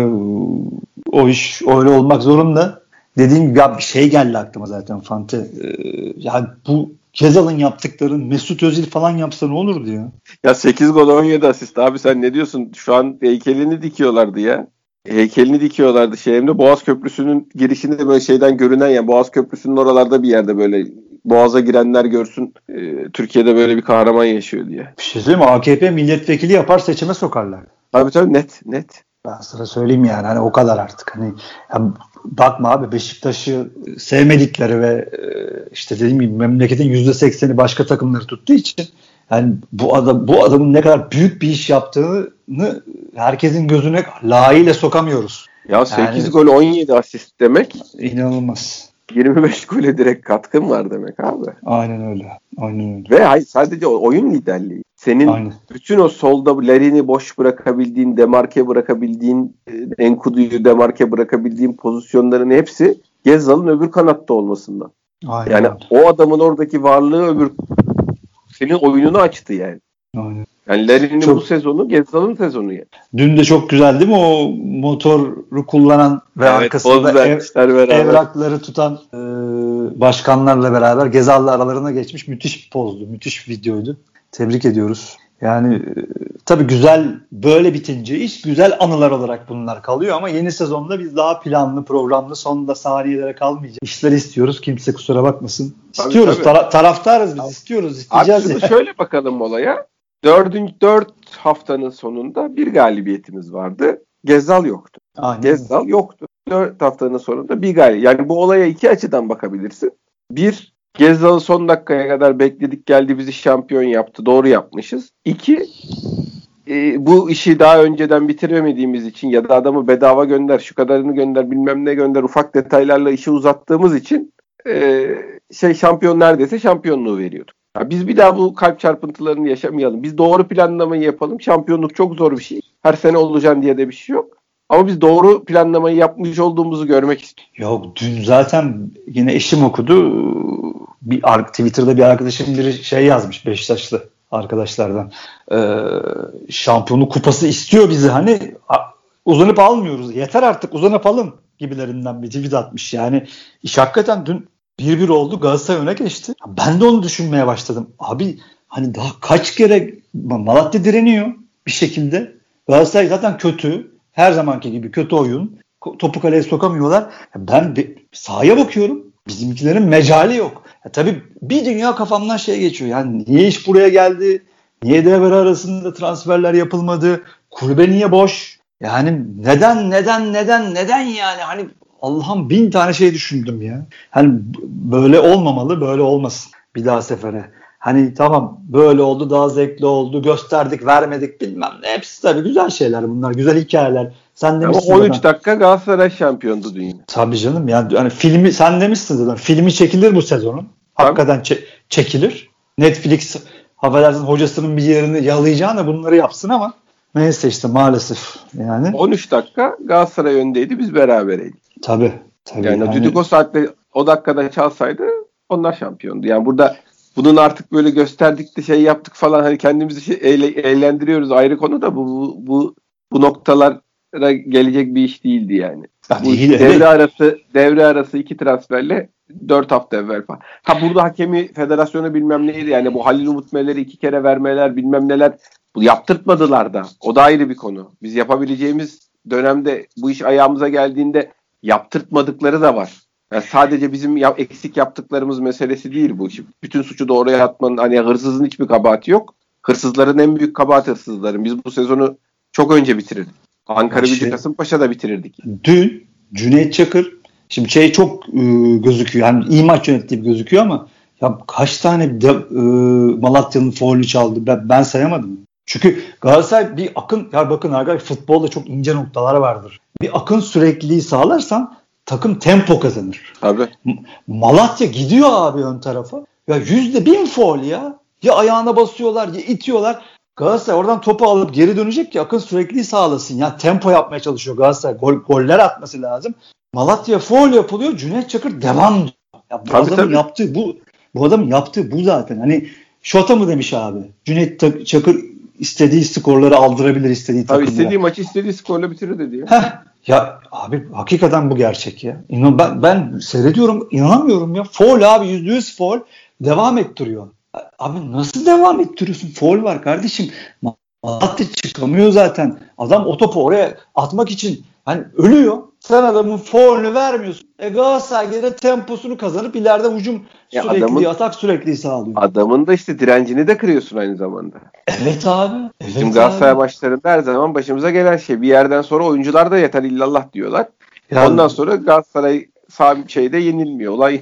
o iş öyle olmak zorunda. Dediğim gibi ya bir şey geldi aklıma zaten Fante. Ee, yani bu Gezal'ın yaptıklarını Mesut Özil falan yapsa ne olurdu ya? Ya sekiz gol on yedi asist abi, sen ne diyorsun? Şu an heykelini dikiyorlardı ya. Heykelini dikiyorlardı şeyimde. Boğaz Köprüsü'nün girişinde böyle şeyden görünen, yani Boğaz Köprüsü'nün oralarda bir yerde böyle Boğaz'a girenler görsün e, Türkiye'de böyle bir kahraman yaşıyor diye. Bir şey söyleyeyim mi? A K P milletvekili yapar, seçime sokarlar. Tabii tabii, net net. Ben sana söyleyeyim yani hani o kadar artık. Hani ya bakma abi, Beşiktaş'ı sevmedikleri ve e, işte dediğim gibi memleketin yüzde sekseni başka takımları tuttuğu için yani bu adam bu adamın ne kadar büyük bir iş yaptığını herkesin gözüne layığıyla sokamıyoruz. Ya sekiz yani, gol on yedi asist demek inanılmaz. yirmi beş gole direkt katkın var demek abi. Aynen öyle. Aynen öyle. Ve hayır, sadece oyun liderliği. Senin Aynen. bütün o solda Larin'i boş bırakabildiğin, demarke bırakabildiğin, Enkudu'yu demarke bırakabildiğin pozisyonların hepsi Gezal'ın öbür kanatta olmasından. Aynen. Yani o adamın oradaki varlığı öbür senin oyununu açtı yani. Aynen. Yani Larin'in çok... bu sezonu Gezal'ın sezonu yani. Dün de çok güzel değil mi o motoru kullanan ve evet, arkasında ev, evrakları tutan e, başkanlarla beraber Gezal'la aralarına geçmiş müthiş bir pozdu. Müthiş bir videoydu. Tebrik ediyoruz. Yani e, tabii güzel, böyle bitince iş güzel anılar olarak bunlar kalıyor ama yeni sezonda biz daha planlı, programlı, sonunda saniyelere kalmayacak işler istiyoruz. Kimse kusura bakmasın. İstiyoruz. Tabii, tabii. Tara- taraftarız biz. İstiyoruz. İsteyeceğiz. Abi şöyle bakalım olaya. Dördüncü, dört haftanın sonunda bir galibiyetimiz vardı. Gezal yoktu. Aynen. Gezal yoktu. Dört haftanın sonunda bir galibiyet. Yani bu olaya iki açıdan bakabilirsin. Bir, Gezal'ı son dakikaya kadar bekledik, geldi bizi şampiyon yaptı. Doğru yapmışız. İki, e, bu işi daha önceden bitiremediğimiz için ya da adamı bedava gönder, şu kadarını gönder, bilmem ne gönder, ufak detaylarla işi uzattığımız için e, şey şampiyon neredeyse şampiyonluğu veriyorduk. Ya biz bir daha bu kalp çarpıntılarını yaşamayalım. Biz doğru planlamayı yapalım. Şampiyonluk çok zor bir şey. Her sene olacaksın diye de bir şey yok. Ama biz doğru planlamayı yapmış olduğumuzu görmek istiyoruz. Ya dün zaten yine eşim okudu. Bir Twitter'da bir arkadaşım biri şey yazmış, Beşiktaşlı arkadaşlardan. Ee, şampiyonluk kupası istiyor bizi. Hani uzanıp almıyoruz. Yeter artık, uzanıp alın gibilerinden bir tweet atmış. Yani iş hakikaten dün bir bir oldu. Galatasaray öne geçti. Ben de onu düşünmeye başladım. Abi hani daha kaç kere Malatya direniyor bir şekilde. Galatasaray zaten kötü. Her zamanki gibi kötü oyun. Topu kaleye sokamıyorlar. Ben sahaya bakıyorum. Bizimkilerin mecali yok. Ya tabii bir dünya kafamdan şey geçiyor. Yani niye iş buraya geldi? Niye devre arasında transferler yapılmadı? Kulübe niye boş? Yani neden neden neden neden yani? Hani Allah'ım bin tane şey düşündüm ya. Hani böyle olmamalı, böyle olmasın bir daha sefere. Hani tamam böyle oldu, daha zevkli oldu, gösterdik, vermedik bilmem ne. Hepsi tabii güzel şeyler bunlar, güzel hikayeler. Sen demişsin ama on üç zaten, dakika Galatasaray şampiyondu dünya. Tabii canım yani hani filmi sen demişsin zaten. Filmi çekilir bu sezonun. Hakikaten çe- çekilir. Netflix affedersin hocasının bir yerini yalayacağına bunları yapsın ama neyse işte maalesef yani. on üç dakika Galatasaray öndeydi, biz berabereydik. Tabii. tabii yani, yani düdük o saatte o dakikada çalsaydı onlar şampiyondu. Yani burada bunun artık böyle gösterdik de şey yaptık falan, hani kendimizi şey, eğle, eğlendiriyoruz ayrı konu da bu bu bu, bu noktalara gelecek bir iş değildi yani. Bu değil, devre evet. arası devre arası iki transferle dört hafta evvel falan. Ha burada hakemi federasyonu bilmem neydi yani, bu Halil Umut Meler'i iki kere vermeler bilmem neler, bu yaptırtmadılar da. O da ayrı bir konu. Biz yapabileceğimiz dönemde bu iş ayağımıza geldiğinde yaptırtmadıkları da var. Yani sadece bizim ya, eksik yaptıklarımız meselesi değil bu. Şimdi bütün suçu doğruya atmanın, hani hırsızın hiçbir kabahati yok. Hırsızların en büyük kabahati hırsızların. Biz bu sezonu çok önce bitirirdik. Ankara Gücü Kasımpaşa'da bitirirdik. Dün Cüneyt Çakır, şimdi şey çok e, gözüküyor. Yani iyi maç yönettiği gözüküyor ama ya kaç tane de, e, Malatya'nın faulü çaldı. Ben, ben sayamadım. Çünkü Galatasaray bir akın, ya bakın arkadaşlar, futbolda çok ince noktalar vardır. Bir akın sürekliliği sağlarsan takım tempo kazanır. Tabii. Malatya gidiyor abi ön tarafa. Ya yüzde bin faul ya. Ya ayağına basıyorlar ya itiyorlar. Galatasaray oradan topu alıp geri dönecek ki akın sürekliliği sağlasın. Ya tempo yapmaya çalışıyor Galatasaray. Gol, goller atması lazım. Malatya faul yapılıyor. Cüneyt Çakır devam diyor. Ya bu Tabii, adamın tabii. yaptığı bu. Bu adamın yaptığı bu zaten. Hani Şota mı demiş abi? Cüneyt Çakır istediği skorları aldırabilir istediği Tabii takımlara. istediği maçı istediği skorla bitirir dedi ya. Heh. Ya abi hakikaten bu gerçek ya. İnan, ben, ben seyrediyorum, inanamıyorum ya. Foul abi, yüzde yüz foul devam ettiriyor. Abi nasıl devam ettiriyorsun? Foul var kardeşim. Malatya çıkamıyor zaten. Adam o topu oraya atmak için hani ölüyor. Sen adamın foul'ünü vermiyorsun. E Galatasaray gene temposunu kazanıp ileride hücum Ya sürekli, adamın, atak sürekli sağlıyor. Adamın da işte direncini de kırıyorsun aynı zamanda. Evet abi. Evet Bizim Galatasaray abi. maçlarında her zaman başımıza gelen şey. Bir yerden sonra oyuncular da yeter illallah diyorlar. Ya, ondan sonra Galatasaray sağ şeyde yenilmiyor. Olay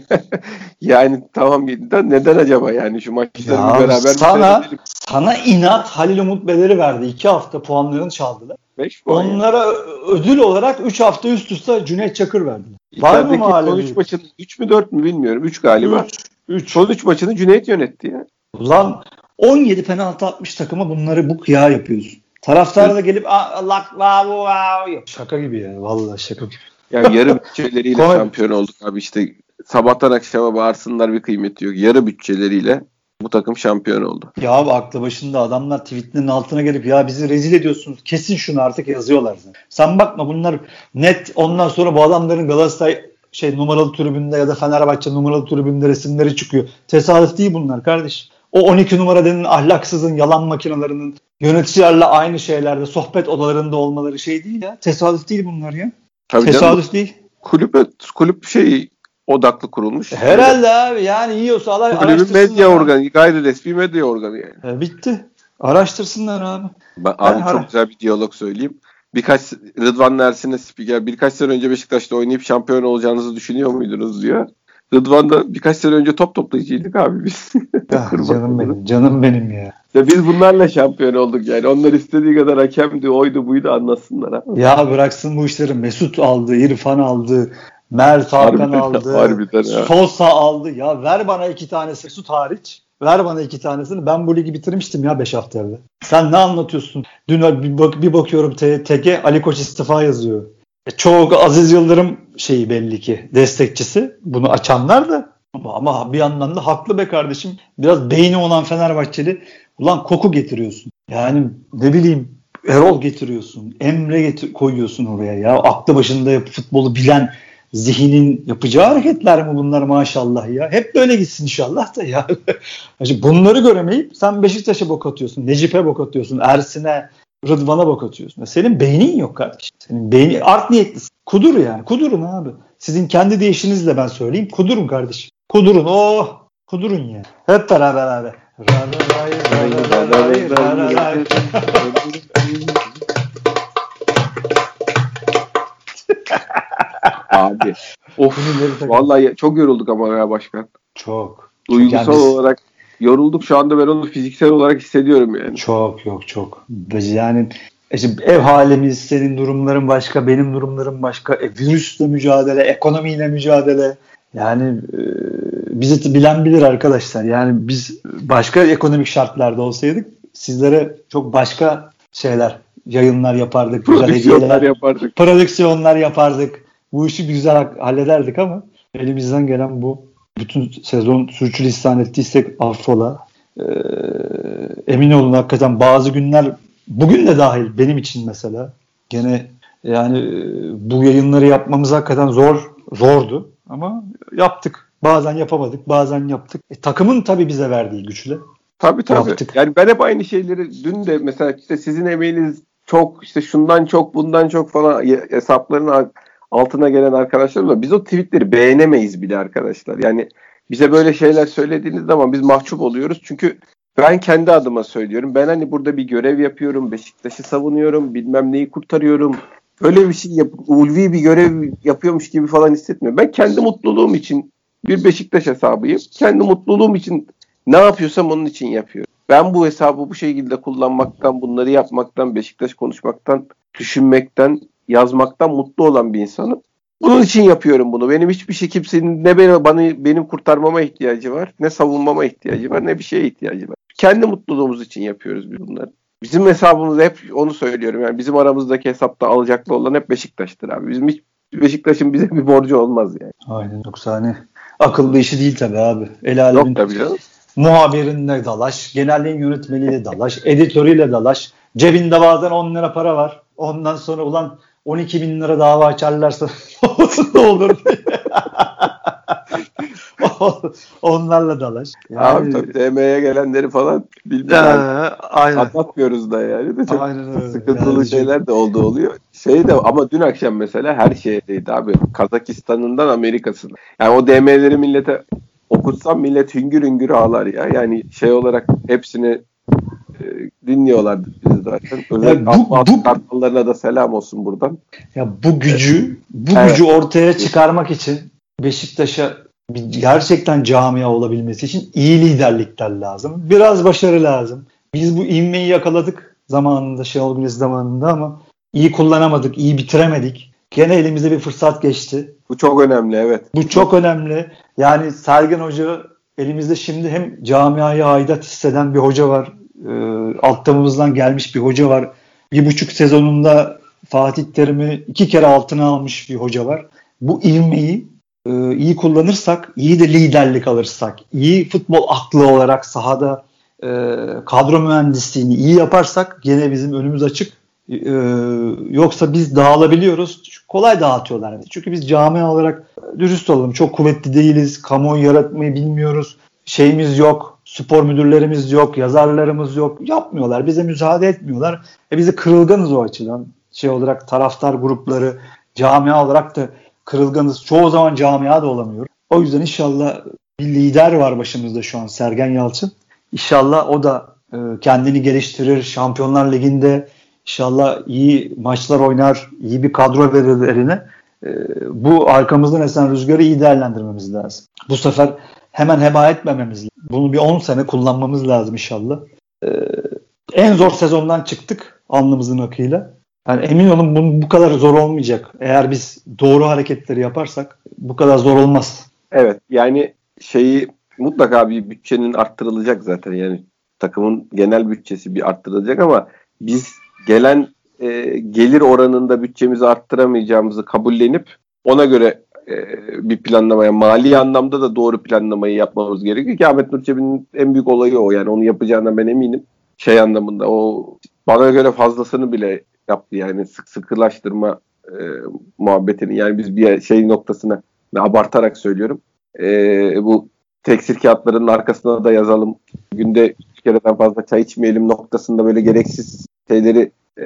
yani tamam neden, neden acaba yani şu maçları ya bir beraber sana, sana inat Halil Umut Beler'i verdi. iki hafta puanlarını çaldılar. beş puan Onlara yani. Ödül olarak üç hafta üst üste Cüneyt Çakır verdi. Var mı son üç maçın üç mü dört mü bilmiyorum. üç galiba. üç Son üç maçını Cüneyt yönetti ya. Ulan on yedi penaltı atmış takıma bunları bu kıya yapıyorsun. Taraftar da gelip lak la bu şaka gibi ya. Vallahi şaka gibi. Yani yarı bütçeleriyle şampiyon olduk abi işte. Sabahtan akşama bağırsınlar bir kıymeti yok. Yarı bütçeleriyle bu takım şampiyon oldu. Ya abi aklı başında adamlar tweetlerin altına gelip ya bizi rezil ediyorsunuz. Kesin şunu artık yazıyorlar. Sen bakma bunlar net, ondan sonra bu adamların Galatasaray şey numaralı tribünde ya da Fenerbahçe numaralı tribünde resimleri çıkıyor. Tesadüf değil bunlar kardeş. O on iki numara denen ahlaksızın, yalan makinelerinin yöneticilerle aynı şeylerde, sohbet odalarında olmaları şey değil ya. Tesadüf değil bunlar ya. Tabii Tesadüf canım, değil. Kulüp, kulüp şey odaklı kurulmuş. Herhalde abi yani yiyorsa Allah kulübün medya organı, gayri resmi medya organı yani. E, bitti. Araştırsınlar abi. Ben, abi ben çok ara- güzel bir diyalog söyleyeyim. Birkaç Rıdvan Ersin'e spiker birkaç sene önce Beşiktaş'ta oynayıp şampiyon olacağınızı düşünüyor muydunuz diyor. Rıdvan da birkaç sene önce top toplayıcıydık abi biz. Ya, canım benim, canım benim ya. Ya biz bunlarla şampiyon olduk yani. Onlar istediği kadar hakemdi, oydu, buydu anlatsınlar abi. Ya bıraksın bu işleri. Mesut aldı, İrfan aldı, Mert Hakan harbiden, aldı, harbiden Sosa aldı. Ya ver bana iki tanesi Mesut hariç. Ver bana iki tanesini. Ben bu ligi bitirmiştim ya beş hafta evvel. Sen ne anlatıyorsun? Dün bir, bak, bir bakıyorum T G Ali Koç istifa yazıyor. E, çok Aziz Yıldırım şeyi belli ki destekçisi. Bunu açanlar da ama, ama bir yandan da haklı be kardeşim. Biraz beyni olan Fenerbahçeli. Ulan koku getiriyorsun. Yani ne bileyim Erol getiriyorsun. Emre getir, koyuyorsun oraya ya. Aklı başında futbolu bilen zihnin yapacağı hareketler mi bunlar maşallah ya. Hep böyle gitsin inşallah da ya. Bunları göremeyip sen Beşiktaş'a bok atıyorsun. Necip'e bok atıyorsun. Ersin'e, Rıdvan'a bok atıyorsun. Senin beynin yok kardeşim. Senin beyni art niyetlisin. Kudur yani. Kudurun abi. Sizin kendi deyişinizle ben söyleyeyim. Kudurun kardeşim. Kudurun. Oh. Kudurun ya. Hep beraber abi. Abi. Of. Vallahi çok yorulduk ama ya başkan. Çok. Duygusal yani biz... olarak yorulduk. Şu anda ben onu fiziksel olarak hissediyorum yani. Çok yok çok. Yani işte ev halimiz, senin durumların başka, benim durumlarım başka. E, virüsle mücadele, ekonomiyle mücadele. Yani e, bizi bilen bilir arkadaşlar. Yani biz başka ekonomik şartlarda olsaydık sizlere çok başka şeyler, yayınlar yapardık. Prodüksiyonlar güzel yapardık. Prodüksiyonlar yapardık. Bu işi güzel hallederdik ama elimizden gelen bu. Bütün sezon sürçülisan ettiysek affola. Ee, emin olun hakikaten bazı günler, bugün de dahil benim için mesela gene yani bu yayınları yapmamız hakikaten zor zordu ama yaptık. Bazen yapamadık, bazen yaptık. E, takımın tabii bize verdiği güçle. Tabii tabii. Yaptık. Yani ben hep aynı şeyleri dün de mesela işte sizin emeğiniz çok, işte şundan çok, bundan çok falan hesapların altına gelen arkadaşlarımla biz o tweetleri beğenemeyiz bile arkadaşlar. Yani bize böyle şeyler söylediğiniz zaman biz mahcup oluyoruz. Çünkü ben kendi adıma söylüyorum. Ben hani burada bir görev yapıyorum. Beşiktaş'ı savunuyorum. Bilmem neyi kurtarıyorum. Öyle bir şey yap, ulvi bir görev yapıyormuş gibi falan hissetmiyorum. Ben kendi mutluluğum için bir Beşiktaş hesabıyım. Kendi mutluluğum için ne yapıyorsam onun için yapıyorum. ben bu hesabı bu şekilde kullanmaktan, bunları yapmaktan, Beşiktaş konuşmaktan, düşünmekten, yazmaktan mutlu olan bir insanım. Bunun için yapıyorum bunu. Benim hiçbir şey kimsenin ne beni, bana, benim kurtarmama ihtiyacı var, ne savunmama ihtiyacı var, ne bir şeye ihtiyacı var. Kendi mutluluğumuz için yapıyoruz biz bunları. Bizim hesabımız hep onu söylüyorum. Yani bizim aramızdaki hesapta alacaklı olan hep Beşiktaş'tır abi. Bizim hiç Beşiktaş'ın bize bir borcu olmaz yani. Aynen. Yoksa hani akıllı işi değil tabii abi. El alemin Yok tabii canım. Muhabirinde dalaş, genelliğin yönetmeniyle dalaş, editörüyle dalaş. Cebinde bazen on lira para var. Ondan sonra ulan on iki bin lira dava açarlarsa ne olur diye. Onlarla dalaş. Yani, abi tabii D M'ye gelenleri falan bilmiyorum. Aynen. Anlatmıyoruz da yani. De çok aynen öyle. sıkıntılı yani şeyler de oldu oluyor. Şey de ama dün akşam mesela her şeydeydi abi. Kazakistan'ından Amerika'sına. Yani o D M'leri millete okutsam millet hüngür hüngür ağlar ya. Yani şey olarak hepsini e, dinliyorlardı biz zaten. Özellikle bu, bu, kartallarına da selam olsun buradan. Ya bu gücü, bu evet. gücü ortaya çıkarmak için Beşiktaş'a gerçekten camia olabilmesi için iyi liderlikler lazım. Biraz başarı lazım. Biz bu ivmeyi yakaladık zamanında, Şenol Güneş zamanında ama iyi kullanamadık, iyi bitiremedik. Gene elimize bir fırsat geçti. Bu çok önemli, evet. Bu çok önemli. Yani Sergen Hoca elimizde şimdi hem camiaya aidat hisseden bir hoca var. E, alt tabımızdan gelmiş bir hoca var. Bir buçuk sezonunda Fatih Terim'i iki kere altına almış bir hoca var. Bu ivmeyi e, iyi kullanırsak, iyi de liderlik alırsak, iyi futbol aklı olarak sahada e, kadro mühendisliğini iyi yaparsak gene bizim önümüz açık. Ee, yoksa biz dağılabiliyoruz. Kolay dağıtıyorlar. Çünkü biz camia olarak dürüst olalım. Çok kuvvetli değiliz. Kamuoyu yaratmayı bilmiyoruz. Şeyimiz yok. Spor müdürlerimiz yok. Yazarlarımız yok. Yapmıyorlar. Bize müsaade etmiyorlar. E biz de kırılganız o açıdan. Şey olarak taraftar grupları, camia olarak da kırılganız. Çoğu zaman camia da olamıyoruz. O yüzden inşallah bir lider var başımızda şu an, Sergen Yalçın. İnşallah o da e, kendini geliştirir. Şampiyonlar Ligi'nde İnşallah iyi maçlar oynar, iyi bir kadro verir eline. Ee, bu arkamızdan esen rüzgarı iyi değerlendirmemiz lazım. Bu sefer hemen heba etmememiz lazım. Bunu bir on sene kullanmamız lazım inşallah. Ee, en zor sezondan çıktık alnımızın akıyla. Yani emin olun bu, bu kadar zor olmayacak. Eğer biz doğru hareketleri yaparsak bu kadar zor olmaz. Evet, yani şeyi mutlaka bir bütçenin arttırılacak zaten. Yani takımın genel bütçesi bir arttırılacak ama biz gelen e, gelir oranında bütçemizi arttıramayacağımızı kabullenip ona göre e, bir planlamaya, mali anlamda da doğru planlamayı yapmamız gerekiyor ki Ahmet Nur Çebi'nin en büyük olayı o. Yani onu yapacağına ben eminim. Şey anlamında o bana göre fazlasını bile yaptı yani sık sıkılaştırma e, muhabbetini. Yani biz bir şey noktasına abartarak söylüyorum. E, bu tekstil kağıtlarının arkasına da yazalım. Günde üç kereden fazla çay içmeyelim noktasında böyle gereksiz şeyleri e,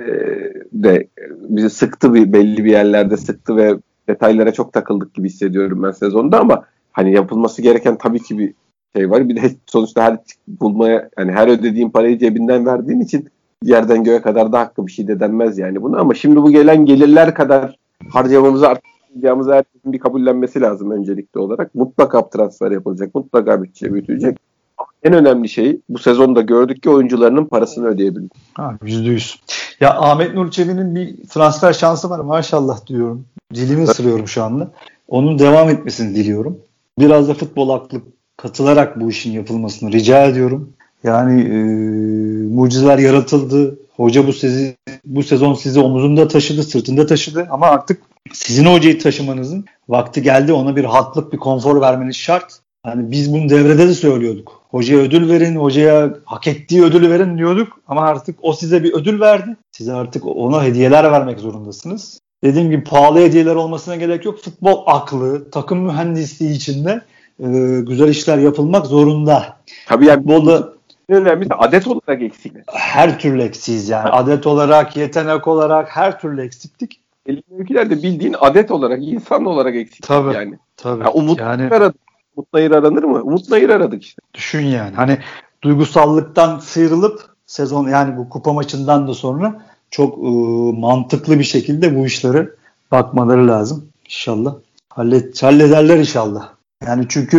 de bizi sıktı, bir belli bir yerlerde sıktı ve detaylara çok takıldık gibi hissediyorum ben sezonda ama hani yapılması gereken tabii ki bir şey var. Bir de sonuçta her bulmaya yani her ödediğin parayı cebinden verdiğin için yerden göğe kadar da hakkı bir şey de denmez yani bunu ama şimdi bu gelen gelirler kadar harcamamızı arttıracağımızı herkesin bir kabullenmesi lazım öncelikli olarak. Mutlaka transfer yapılacak, mutlaka bütçe büyütülecek. En önemli şey bu sezonda gördük ki oyuncularının parasını ödeyebildik. yüzde yüz. Ya Ahmet Nur Çebi'nin bir transfer şansı var maşallah diyorum. Dilimi ısırıyorum şu anda. Onun devam etmesini diliyorum. Biraz da futbol aklı katılarak bu işin yapılmasını rica ediyorum. Yani e, mucizeler yaratıldı. Hoca bu, sizi, bu sezon sizi omuzunda taşıdı, sırtında taşıdı ama artık sizin hocayı taşımanızın vakti geldi. Ona bir rahatlık, bir konfor vermeniz şart. Yani biz bunu devrede de söylüyorduk. Hocaya ödül verin, hocaya hak ettiği ödülü verin diyorduk. Ama artık o size bir ödül verdi. Size artık ona hediyeler vermek zorundasınız. Dediğim gibi pahalı hediyeler olmasına gerek yok. Futbol aklı, takım mühendisliği içinde e, güzel işler yapılmak zorunda. Tabii yani futbolda önemli adet olarak eksik. Her türlü eksiyiz yani. Adet olarak, yetenek olarak her türlü eksiktik. Elimdekilerde bildiğin adet olarak, insan olarak eksik. Tabii. Yani. Tabii. Yani umut yani... aradık. Umut Nayır aranır mı? Umut Nayır aradık işte. Düşün yani. Hani duygusallıktan sıyrılıp sezon yani bu kupa maçından da sonra çok e, mantıklı bir şekilde bu işlere bakmaları lazım. İnşallah. Hallet, hallederler inşallah. Yani çünkü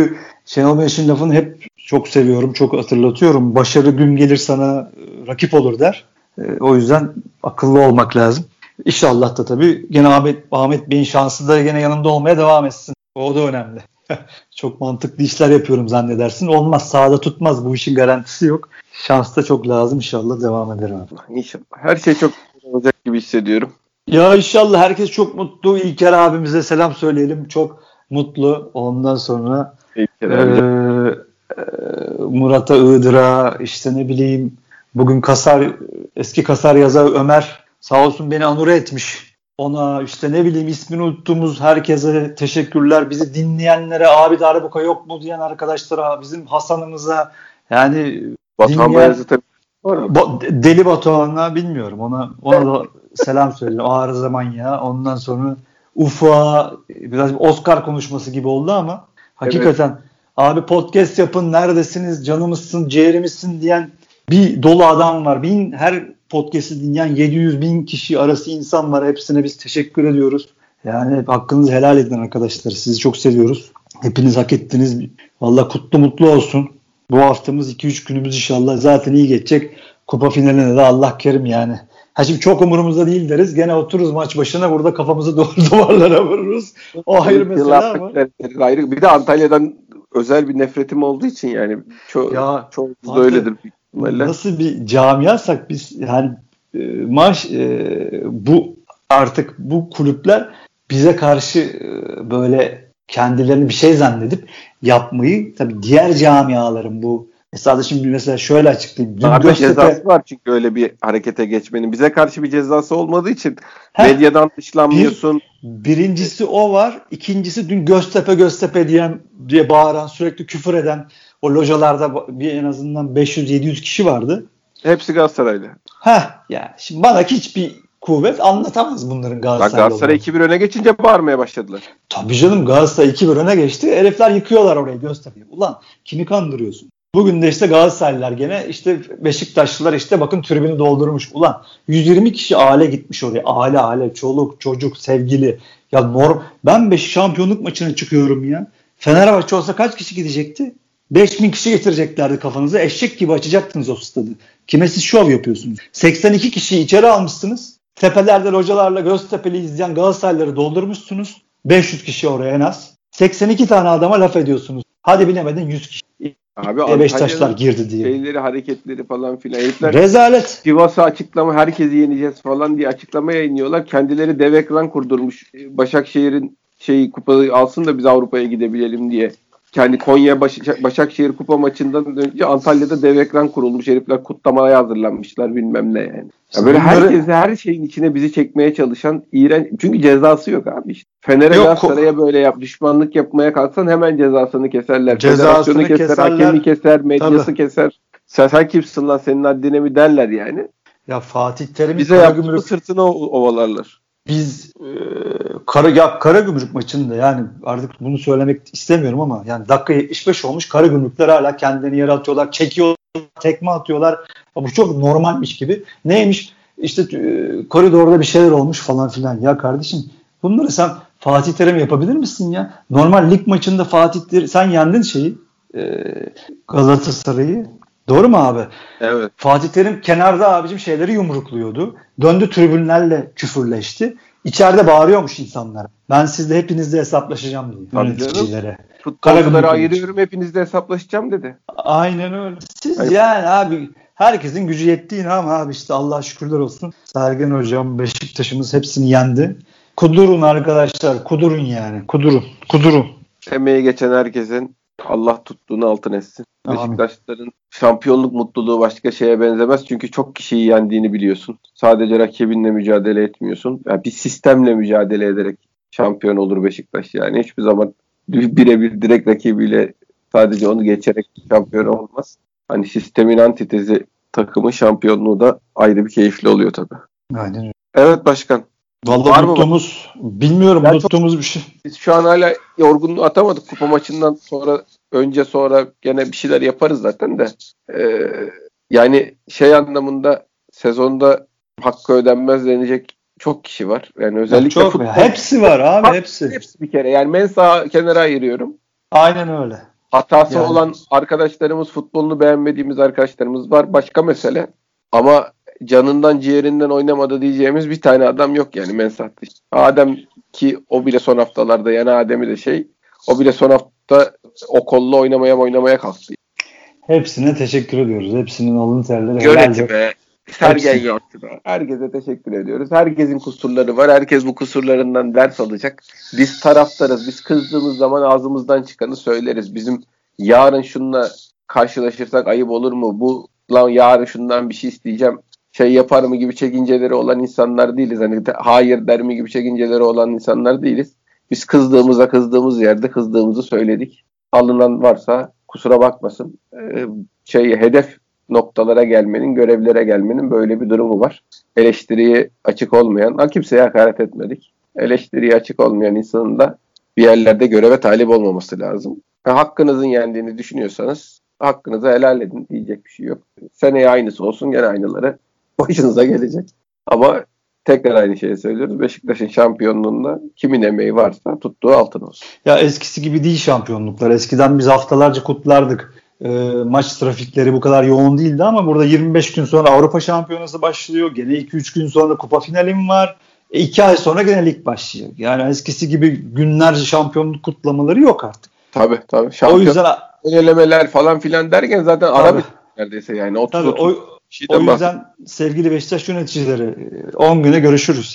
Şenol Güneş'in lafını hep çok seviyorum, çok hatırlatıyorum. Başarı gün gelir sana rakip olur der. E, o yüzden akıllı olmak lazım. İnşallah da tabii gene Ahmet, Ahmet Bey'in şansı da gene yanımda olmaya devam etsin. O da önemli. Çok mantıklı işler yapıyorum zannedersin. Olmaz, sahada tutmaz. Bu işin garantisi yok. Şans da çok lazım. İnşallah devam eder abi. İnşallah. Her şey çok olacak gibi hissediyorum. Ya inşallah herkes çok mutlu. İlker abimize selam söyleyelim. Çok mutlu. Ondan sonra İlker e, e, Murat'a, Iğdır'a, işte ne bileyim bugün Kasar, eski Kasar yazar Ömer sağ olsun beni anure etmiş. Ona işte ne bileyim ismini unuttuğumuz herkese teşekkürler. Bizi dinleyenlere abi darbuka yok mu diyen arkadaşlara, bizim Hasan'ımıza, yani Batuhan dinleyen, Bayezid tabii var mı? Bo- Deli Batuhan'a bilmiyorum. Ona ona da selam söyleyelim. Arıza manyağı. Ondan sonra Ufuk'a biraz Oscar konuşması gibi oldu ama hakikaten evet. Abi podcast yapın, neredesiniz, canımızsın, ciğerimizsin diyen bir dolu adam var. Bin, her podcast'i dinleyen yedi yüz bin kişi arası insan var. Hepsine biz teşekkür ediyoruz. Yani hakkınızı helal edin arkadaşlar. Sizi çok seviyoruz. Hepiniz hak ettiniz. Vallahi kutlu mutlu olsun. Bu haftamız iki üç günümüz inşallah zaten iyi geçecek. Kupa finaline de Allah kerim yani. Ha şimdi çok umurumuzda değil deriz. Gene otururuz maç başına, burada kafamızı doğru duvarlara vururuz. O ayrı mesela ama. Ayrı. Bir de Antalya'dan özel bir nefretim olduğu için yani çok ya, çok öyledir. Nasıl bir camiasak biz yani e, maç e, bu artık bu kulüpler bize karşı e, böyle kendilerini bir şey zannedip yapmayı, tabii diğer camiaların bu mesela şimdi mesela şöyle açıklayayım. Dün Abi Göztepe... cezası var çünkü öyle bir harekete geçmenin. Bize karşı bir cezası olmadığı için Heh, medyadan dışlanmıyorsun. Bir, birincisi o var. İkincisi dün Göztepe Göztepe diyen diye bağıran, sürekli küfür eden o localarda bir en azından beş yüz yedi yüz kişi vardı. Hepsi Galatasaraylı. Heh yani şimdi bana hiçbir kuvvet anlatamaz bunların Galatasaraylı. Galatasaray iki bir öne geçince bağırmaya başladılar. Tabii canım, Galatasaray iki bir öne geçti. Herifler yıkıyorlar orayı, Göztepe'yi. Ulan kimi kandırıyorsun? Bugün de işte Galatasaraylılar gene işte Beşiktaşlılar işte bakın tribünü doldurmuş. Ulan yüz yirmi kişi aile gitmiş oraya. Aile aile, çoluk, çocuk, sevgili. Ya norm. Ben beş şampiyonluk maçına çıkıyorum ya. Fenerbahçe olsa kaç kişi gidecekti? beş bin kişi getireceklerdi kafanıza. Eşek gibi açacaktınız o stadı. Kime siz şov yapıyorsunuz? seksen iki kişiyi içeri almışsınız. Tepelerde localarla Göztepe'li izleyen Galatasaraylıları doldurmuşsunuz. beş yüz kişi oraya en az. seksen iki tane adama laf ediyorsunuz. Hadi bilemedin yüz kişi. Abi Beşiktaşlar girdi diye. Şeyleri, hareketleri falan filan. Herifler rezalet. Sivas'a açıklama, herkesi yeneceğiz falan diye açıklama yayınlıyorlar. Kendileri dev ekran kurdurmuş. Başakşehir'in şeyi kupayı alsın da biz Avrupa'ya gidebilelim diye. Kendi Konya Baş- Başakşehir kupa maçından önce Antalya'da dev ekran kurulmuş. Herifler kutlamaya hazırlanmışlar bilmem ne yani. Ya böyle herkes her şeyin içine bizi çekmeye çalışan iğrenç. Çünkü cezası yok abi işte. Fener'e Galatasaray'a böyle yap, düşmanlık yapmaya kalksan hemen cezasını keserler. Cezasını keser, keserler. Hakemi keser, medyası Tabii. keser. Sen, sen kimsin lan, senin haddine mi derler yani. Ya Fatih Terim'in bize yaptığı sırtına ovalarlar. Biz e, Kara, ya, Karagümrük maçında yani artık bunu söylemek istemiyorum ama yani dakika yetmiş beş olmuş, Karagümrükler hala kendilerini yere atıyorlar, çekiyorlar, tekme atıyorlar. Bu çok normalmiş gibi. Neymiş? İşte e, koridorda bir şeyler olmuş falan filan. Ya kardeşim bunları sen Fatih Terim yapabilir misin ya? Normal lig maçında Fatih Terim, sen yendin şeyi e, Galatasaray'ı. Doğru mu abi? Evet. Fatih Terim kenarda abicim şeyleri yumrukluyordu. Döndü tribünlerle küfürleşti. İçeride bağırıyormuş insanlara. Ben sizle hepinizle hesaplaşacağım diye. Yöneticilere. Futbolcuları ayırıyorum, hepinizle hesaplaşacağım dedi. Aynen öyle. Siz evet. Yani abi herkesin gücü yettiğini ama abi işte Allah'a şükürler olsun. Sergen hocam, Beşiktaş'ımız hepsini yendi. Kudurun arkadaşlar. Kudurun yani. Kudurun. Kudurun. Emeği geçen herkesin Allah tuttuğunu altın etsin. Beşiktaşların şampiyonluk mutluluğu başka şeye benzemez. Çünkü çok kişiyi yendiğini biliyorsun. Sadece rakibinle mücadele etmiyorsun. Yani bir sistemle mücadele ederek şampiyon olur Beşiktaş. Yani hiçbir zaman birebir direkt rakibiyle sadece onu geçerek şampiyon olmaz. Hani sistemin antitezi takımın şampiyonluğu da ayrı bir keyifli oluyor tabii. Aynen öyle. Evet başkan. Vallahi unuttuğumuz, bilmiyorum ben unuttuğumuz çok, bir şey. Biz şu an hala yorgunluğu atamadık. Kupa maçından sonra, önce sonra gene bir şeyler yaparız zaten de. Ee, yani şey anlamında sezonda hakkı ödenmez denecek çok kişi var. Yani özellikle çok, futbol, hepsi var abi, hepsi. Hepsi bir kere. Yani Mensah'ı kenara ayırıyorum. Aynen öyle. Hatası Yani. olan arkadaşlarımız, futbolunu beğenmediğimiz arkadaşlarımız var. Başka mesele. Ama canından ciğerinden oynamadı diyeceğimiz bir tane adam yok yani Mensah dışında. Adem ki o bile son haftalarda yani Adem'i de şey o bile son hafta o kolla oynamaya oynamaya kalktı. Hepsine teşekkür ediyoruz. Hepsinin alın terleri Yönetime, Sergen Yalçın'a, herkese teşekkür ediyoruz. Herkesin kusurları var. Herkes bu kusurlarından ders alacak. Biz taraftarız. Biz kızdığımız zaman ağzımızdan çıkanı söyleriz. Bizim yarın şununla karşılaşırsak ayıp olur mu? Bu lan yarın şundan bir şey isteyeceğim. Şey yapar mı gibi çekinceleri olan insanlar değiliz. Hani hayır der mi gibi çekinceleri olan insanlar değiliz. Biz kızdığımızda kızdığımız yerde kızdığımızı söyledik. Alınan varsa kusura bakmasın. Ee, şey hedef noktalara gelmenin, görevlere gelmenin böyle bir durumu var. Eleştiriye açık olmayan, ha kimseye hakaret etmedik. Eleştiriye açık olmayan insanın da bir yerlerde göreve talip olmaması lazım. Ha, hakkınızın yendiğini düşünüyorsanız hakkınızı helal edin diyecek bir şey yok. Seneye aynısı olsun gene aynıları başınıza gelecek. Ama tekrar aynı şeyi söylüyoruz. Beşiktaş'ın şampiyonluğunda kimin emeği varsa tuttuğu altın olsun. Ya eskisi gibi değil şampiyonluklar. Eskiden biz haftalarca kutlardık. E, maç trafikleri bu kadar yoğun değildi ama burada yirmi beş gün sonra Avrupa Şampiyonası başlıyor. Gene iki üç gün sonra kupa finalim var. E, iki ay sonra gene lig başlıyor. Yani eskisi gibi günlerce şampiyonluk kutlamaları yok artık. Tabii tabii. Şampiyon, o yüzden elemeler falan filan derken zaten ara bir neredeyse yani. otuz tabii, otuz o, o yüzden bahsediyor. Sevgili Beşiktaş yöneticileri on güne görüşürüz.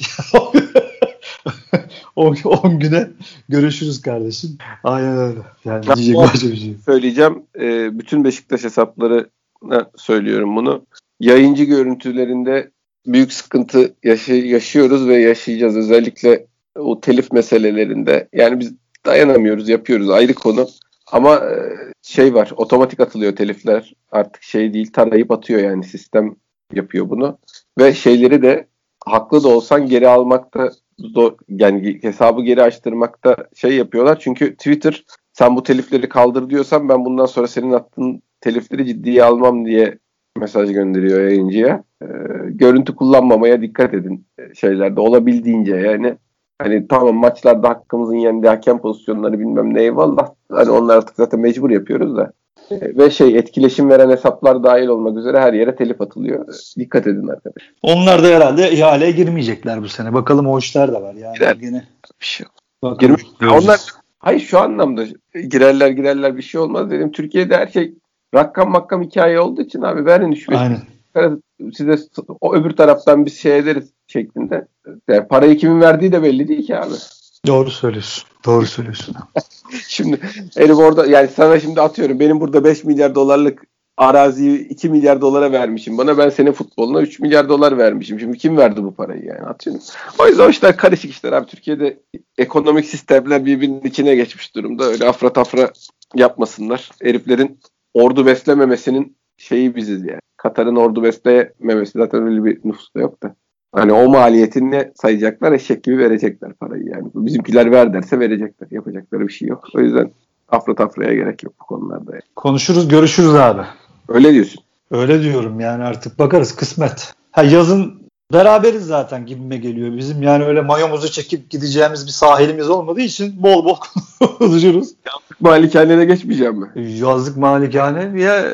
on güne görüşürüz kardeşim. Aynen öyle. Yani ben diyecek başka bir şey. Söyleyeceğim. E, bütün Beşiktaş hesaplarına söylüyorum bunu. Yayıncı görüntülerinde büyük sıkıntı yaşı- yaşıyoruz ve yaşayacağız. Özellikle o telif meselelerinde. Yani biz dayanamıyoruz, yapıyoruz. Ayrı konu. Ama e, şey var. Otomatik atılıyor telifler. Artık şey değil. Tarayıp atıyor yani. Sistem yapıyor bunu. Ve şeyleri de haklı da olsan geri almakta zor, yani hesabı geri açtırmakta şey yapıyorlar. Çünkü Twitter sen bu telifleri kaldır diyorsan ben bundan sonra senin attığın telifleri ciddiye almam diye mesaj gönderiyor yayıncıya. Ee, görüntü kullanmamaya dikkat edin şeylerde olabildiğince yani. Hani tamam maçlarda hakkımızın yendiği hakem pozisyonları bilmem ne eyvallah. Hani onlar artık zaten mecbur yapıyoruz da. Ee, ve şey etkileşim veren hesaplar dahil olmak üzere her yere telif atılıyor. Dikkat edin arkadaşlar. Onlar da herhalde ihaleye girmeyecekler bu sene. Bakalım o işler de var yani. Girer. Gene. Bir şey yok. Girme, onlar hayır şu anlamda girerler girerler bir şey olmaz dedim. Türkiye'de her şey rakam makam hikaye olduğu için abi verin üç beş. Aynen. Size o öbür taraftan bir şey ederiz şeklinde. Yani parayı kimin verdiği de belli değil ki abi. Doğru söylüyorsun. Doğru söylüyorsun. Şimdi herif orada yani sana şimdi atıyorum benim burada beş milyar dolarlık araziyi iki milyar dolara vermişim. Bana ben senin futboluna üç milyar dolar vermişim. Şimdi kim verdi bu parayı yani atıyorum. O yüzden o işler karışık işler abi. Türkiye'de ekonomik sistemler birbirinin içine geçmiş durumda. Öyle afra tafra yapmasınlar. Heriflerin ordu beslememesinin şeyi biziz yani. Katar'ın ordu besleyememesi zaten öyle bir nüfusta yok da. Hani o maliyetini sayacaklar eşek gibi verecekler parayı yani. Bizimkiler ver derse verecekler. Yapacakları bir şey yok. O yüzden afra tafraya gerek yok bu konularda. Yani. Konuşuruz görüşürüz abi. Öyle diyorsun. Öyle diyorum yani artık bakarız kısmet. Ha yazın beraberiz zaten gibime geliyor bizim. Yani öyle mayomuzu çekip gideceğimiz bir sahilimiz olmadığı için bol bol konuşuruz. Yazlık malikanene geçmeyeceğim mi? Yazlık malikane ya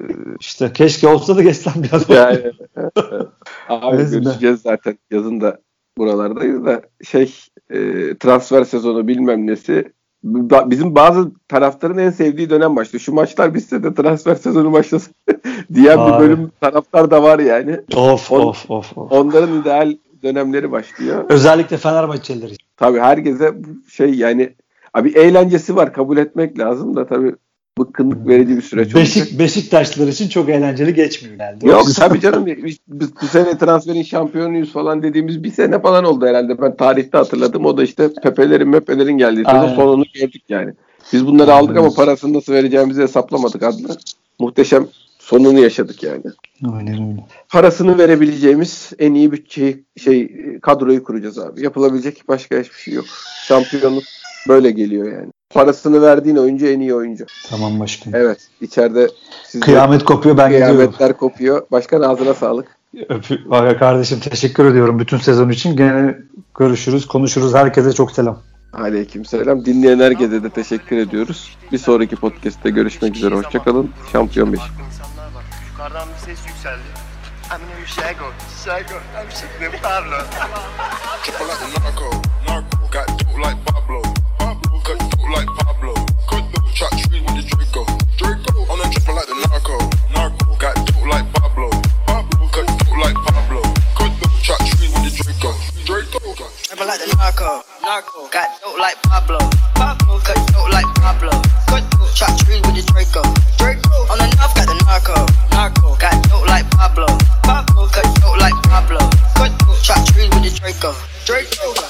işte keşke olsa da geçsem bir adam. Yani, evet, evet. Abi görüşeceğiz zaten. Yazın da buralardayız da şey e, transfer sezonu bilmem nesi. Bizim bazı taraftarın en sevdiği dönem başlıyor. Şu maçlar bitse de transfer sezonu başlasın diyen abi. Bir bölüm taraftar da var yani. Of On, of of. of. Onların ideal dönemleri başlıyor. Özellikle Fenerbahçeliler. Tabii herkese şey yani abi eğlencesi var kabul etmek lazım da tabii bıkkınlık verici bir süreç Beşik, olacak. Beşiktaşlılar için çok eğlenceli geçmiyor herhalde. Yok tabii canım biz, biz bu sene transferin şampiyonuyuz falan dediğimiz bir sene falan oldu herhalde. Ben tarihte hatırladım. O da işte Pepe'lerin Mepe'lerin geldiği sezon sonunu gördük yani. Biz bunları aldık ama parasını nasıl vereceğimizi hesaplamadık adlı. Muhteşem sonunu yaşadık yani. Aynen öyle. Parasını verebileceğimiz en iyi bütçeyi şey kadroyu kuracağız abi. Yapılabilecek başka hiçbir şey yok. Şampiyonluk böyle geliyor yani. Parasını verdiğin oyuncu en iyi oyuncu. Tamam başkanım. Evet. İçeride kıyamet kopuyor ben gidiyorum. Kıyametler kopuyor. Başkan ağzına sağlık. Öpü, kardeşim teşekkür ediyorum bütün sezon için. Gene görüşürüz, konuşuruz. Herkese çok selam. Aleykümselam. Dinleyen herkese de teşekkür ediyoruz. Bir sonraki podcast'te görüşmek üzere. Hoşçakalın. Şampiyon beş. Yukarıdan bir ses yükseldi. Eminem Şego, Şego, Emşikli Pablo. Triple like the narco, narco. Got dope like Pablo, Pablo. Cut dope like Pablo, cut dope. Shot tree with the Draco, Draco. On a triple like the narco, narco. Got dope like Pablo, Pablo. Cut dope like Pablo, cut dope. Shot tree with the Draco, Draco. Triple like the narco, narco. Got dope like Pablo, Pablo. Cut dope like Pablo, cut dope. Shot tree with the Draco, Draco. On the north got the narco, narco. Got dope like Pablo, Pablo. Cut dope like Pablo, cut dope. Shot tree with the Draco, Draco.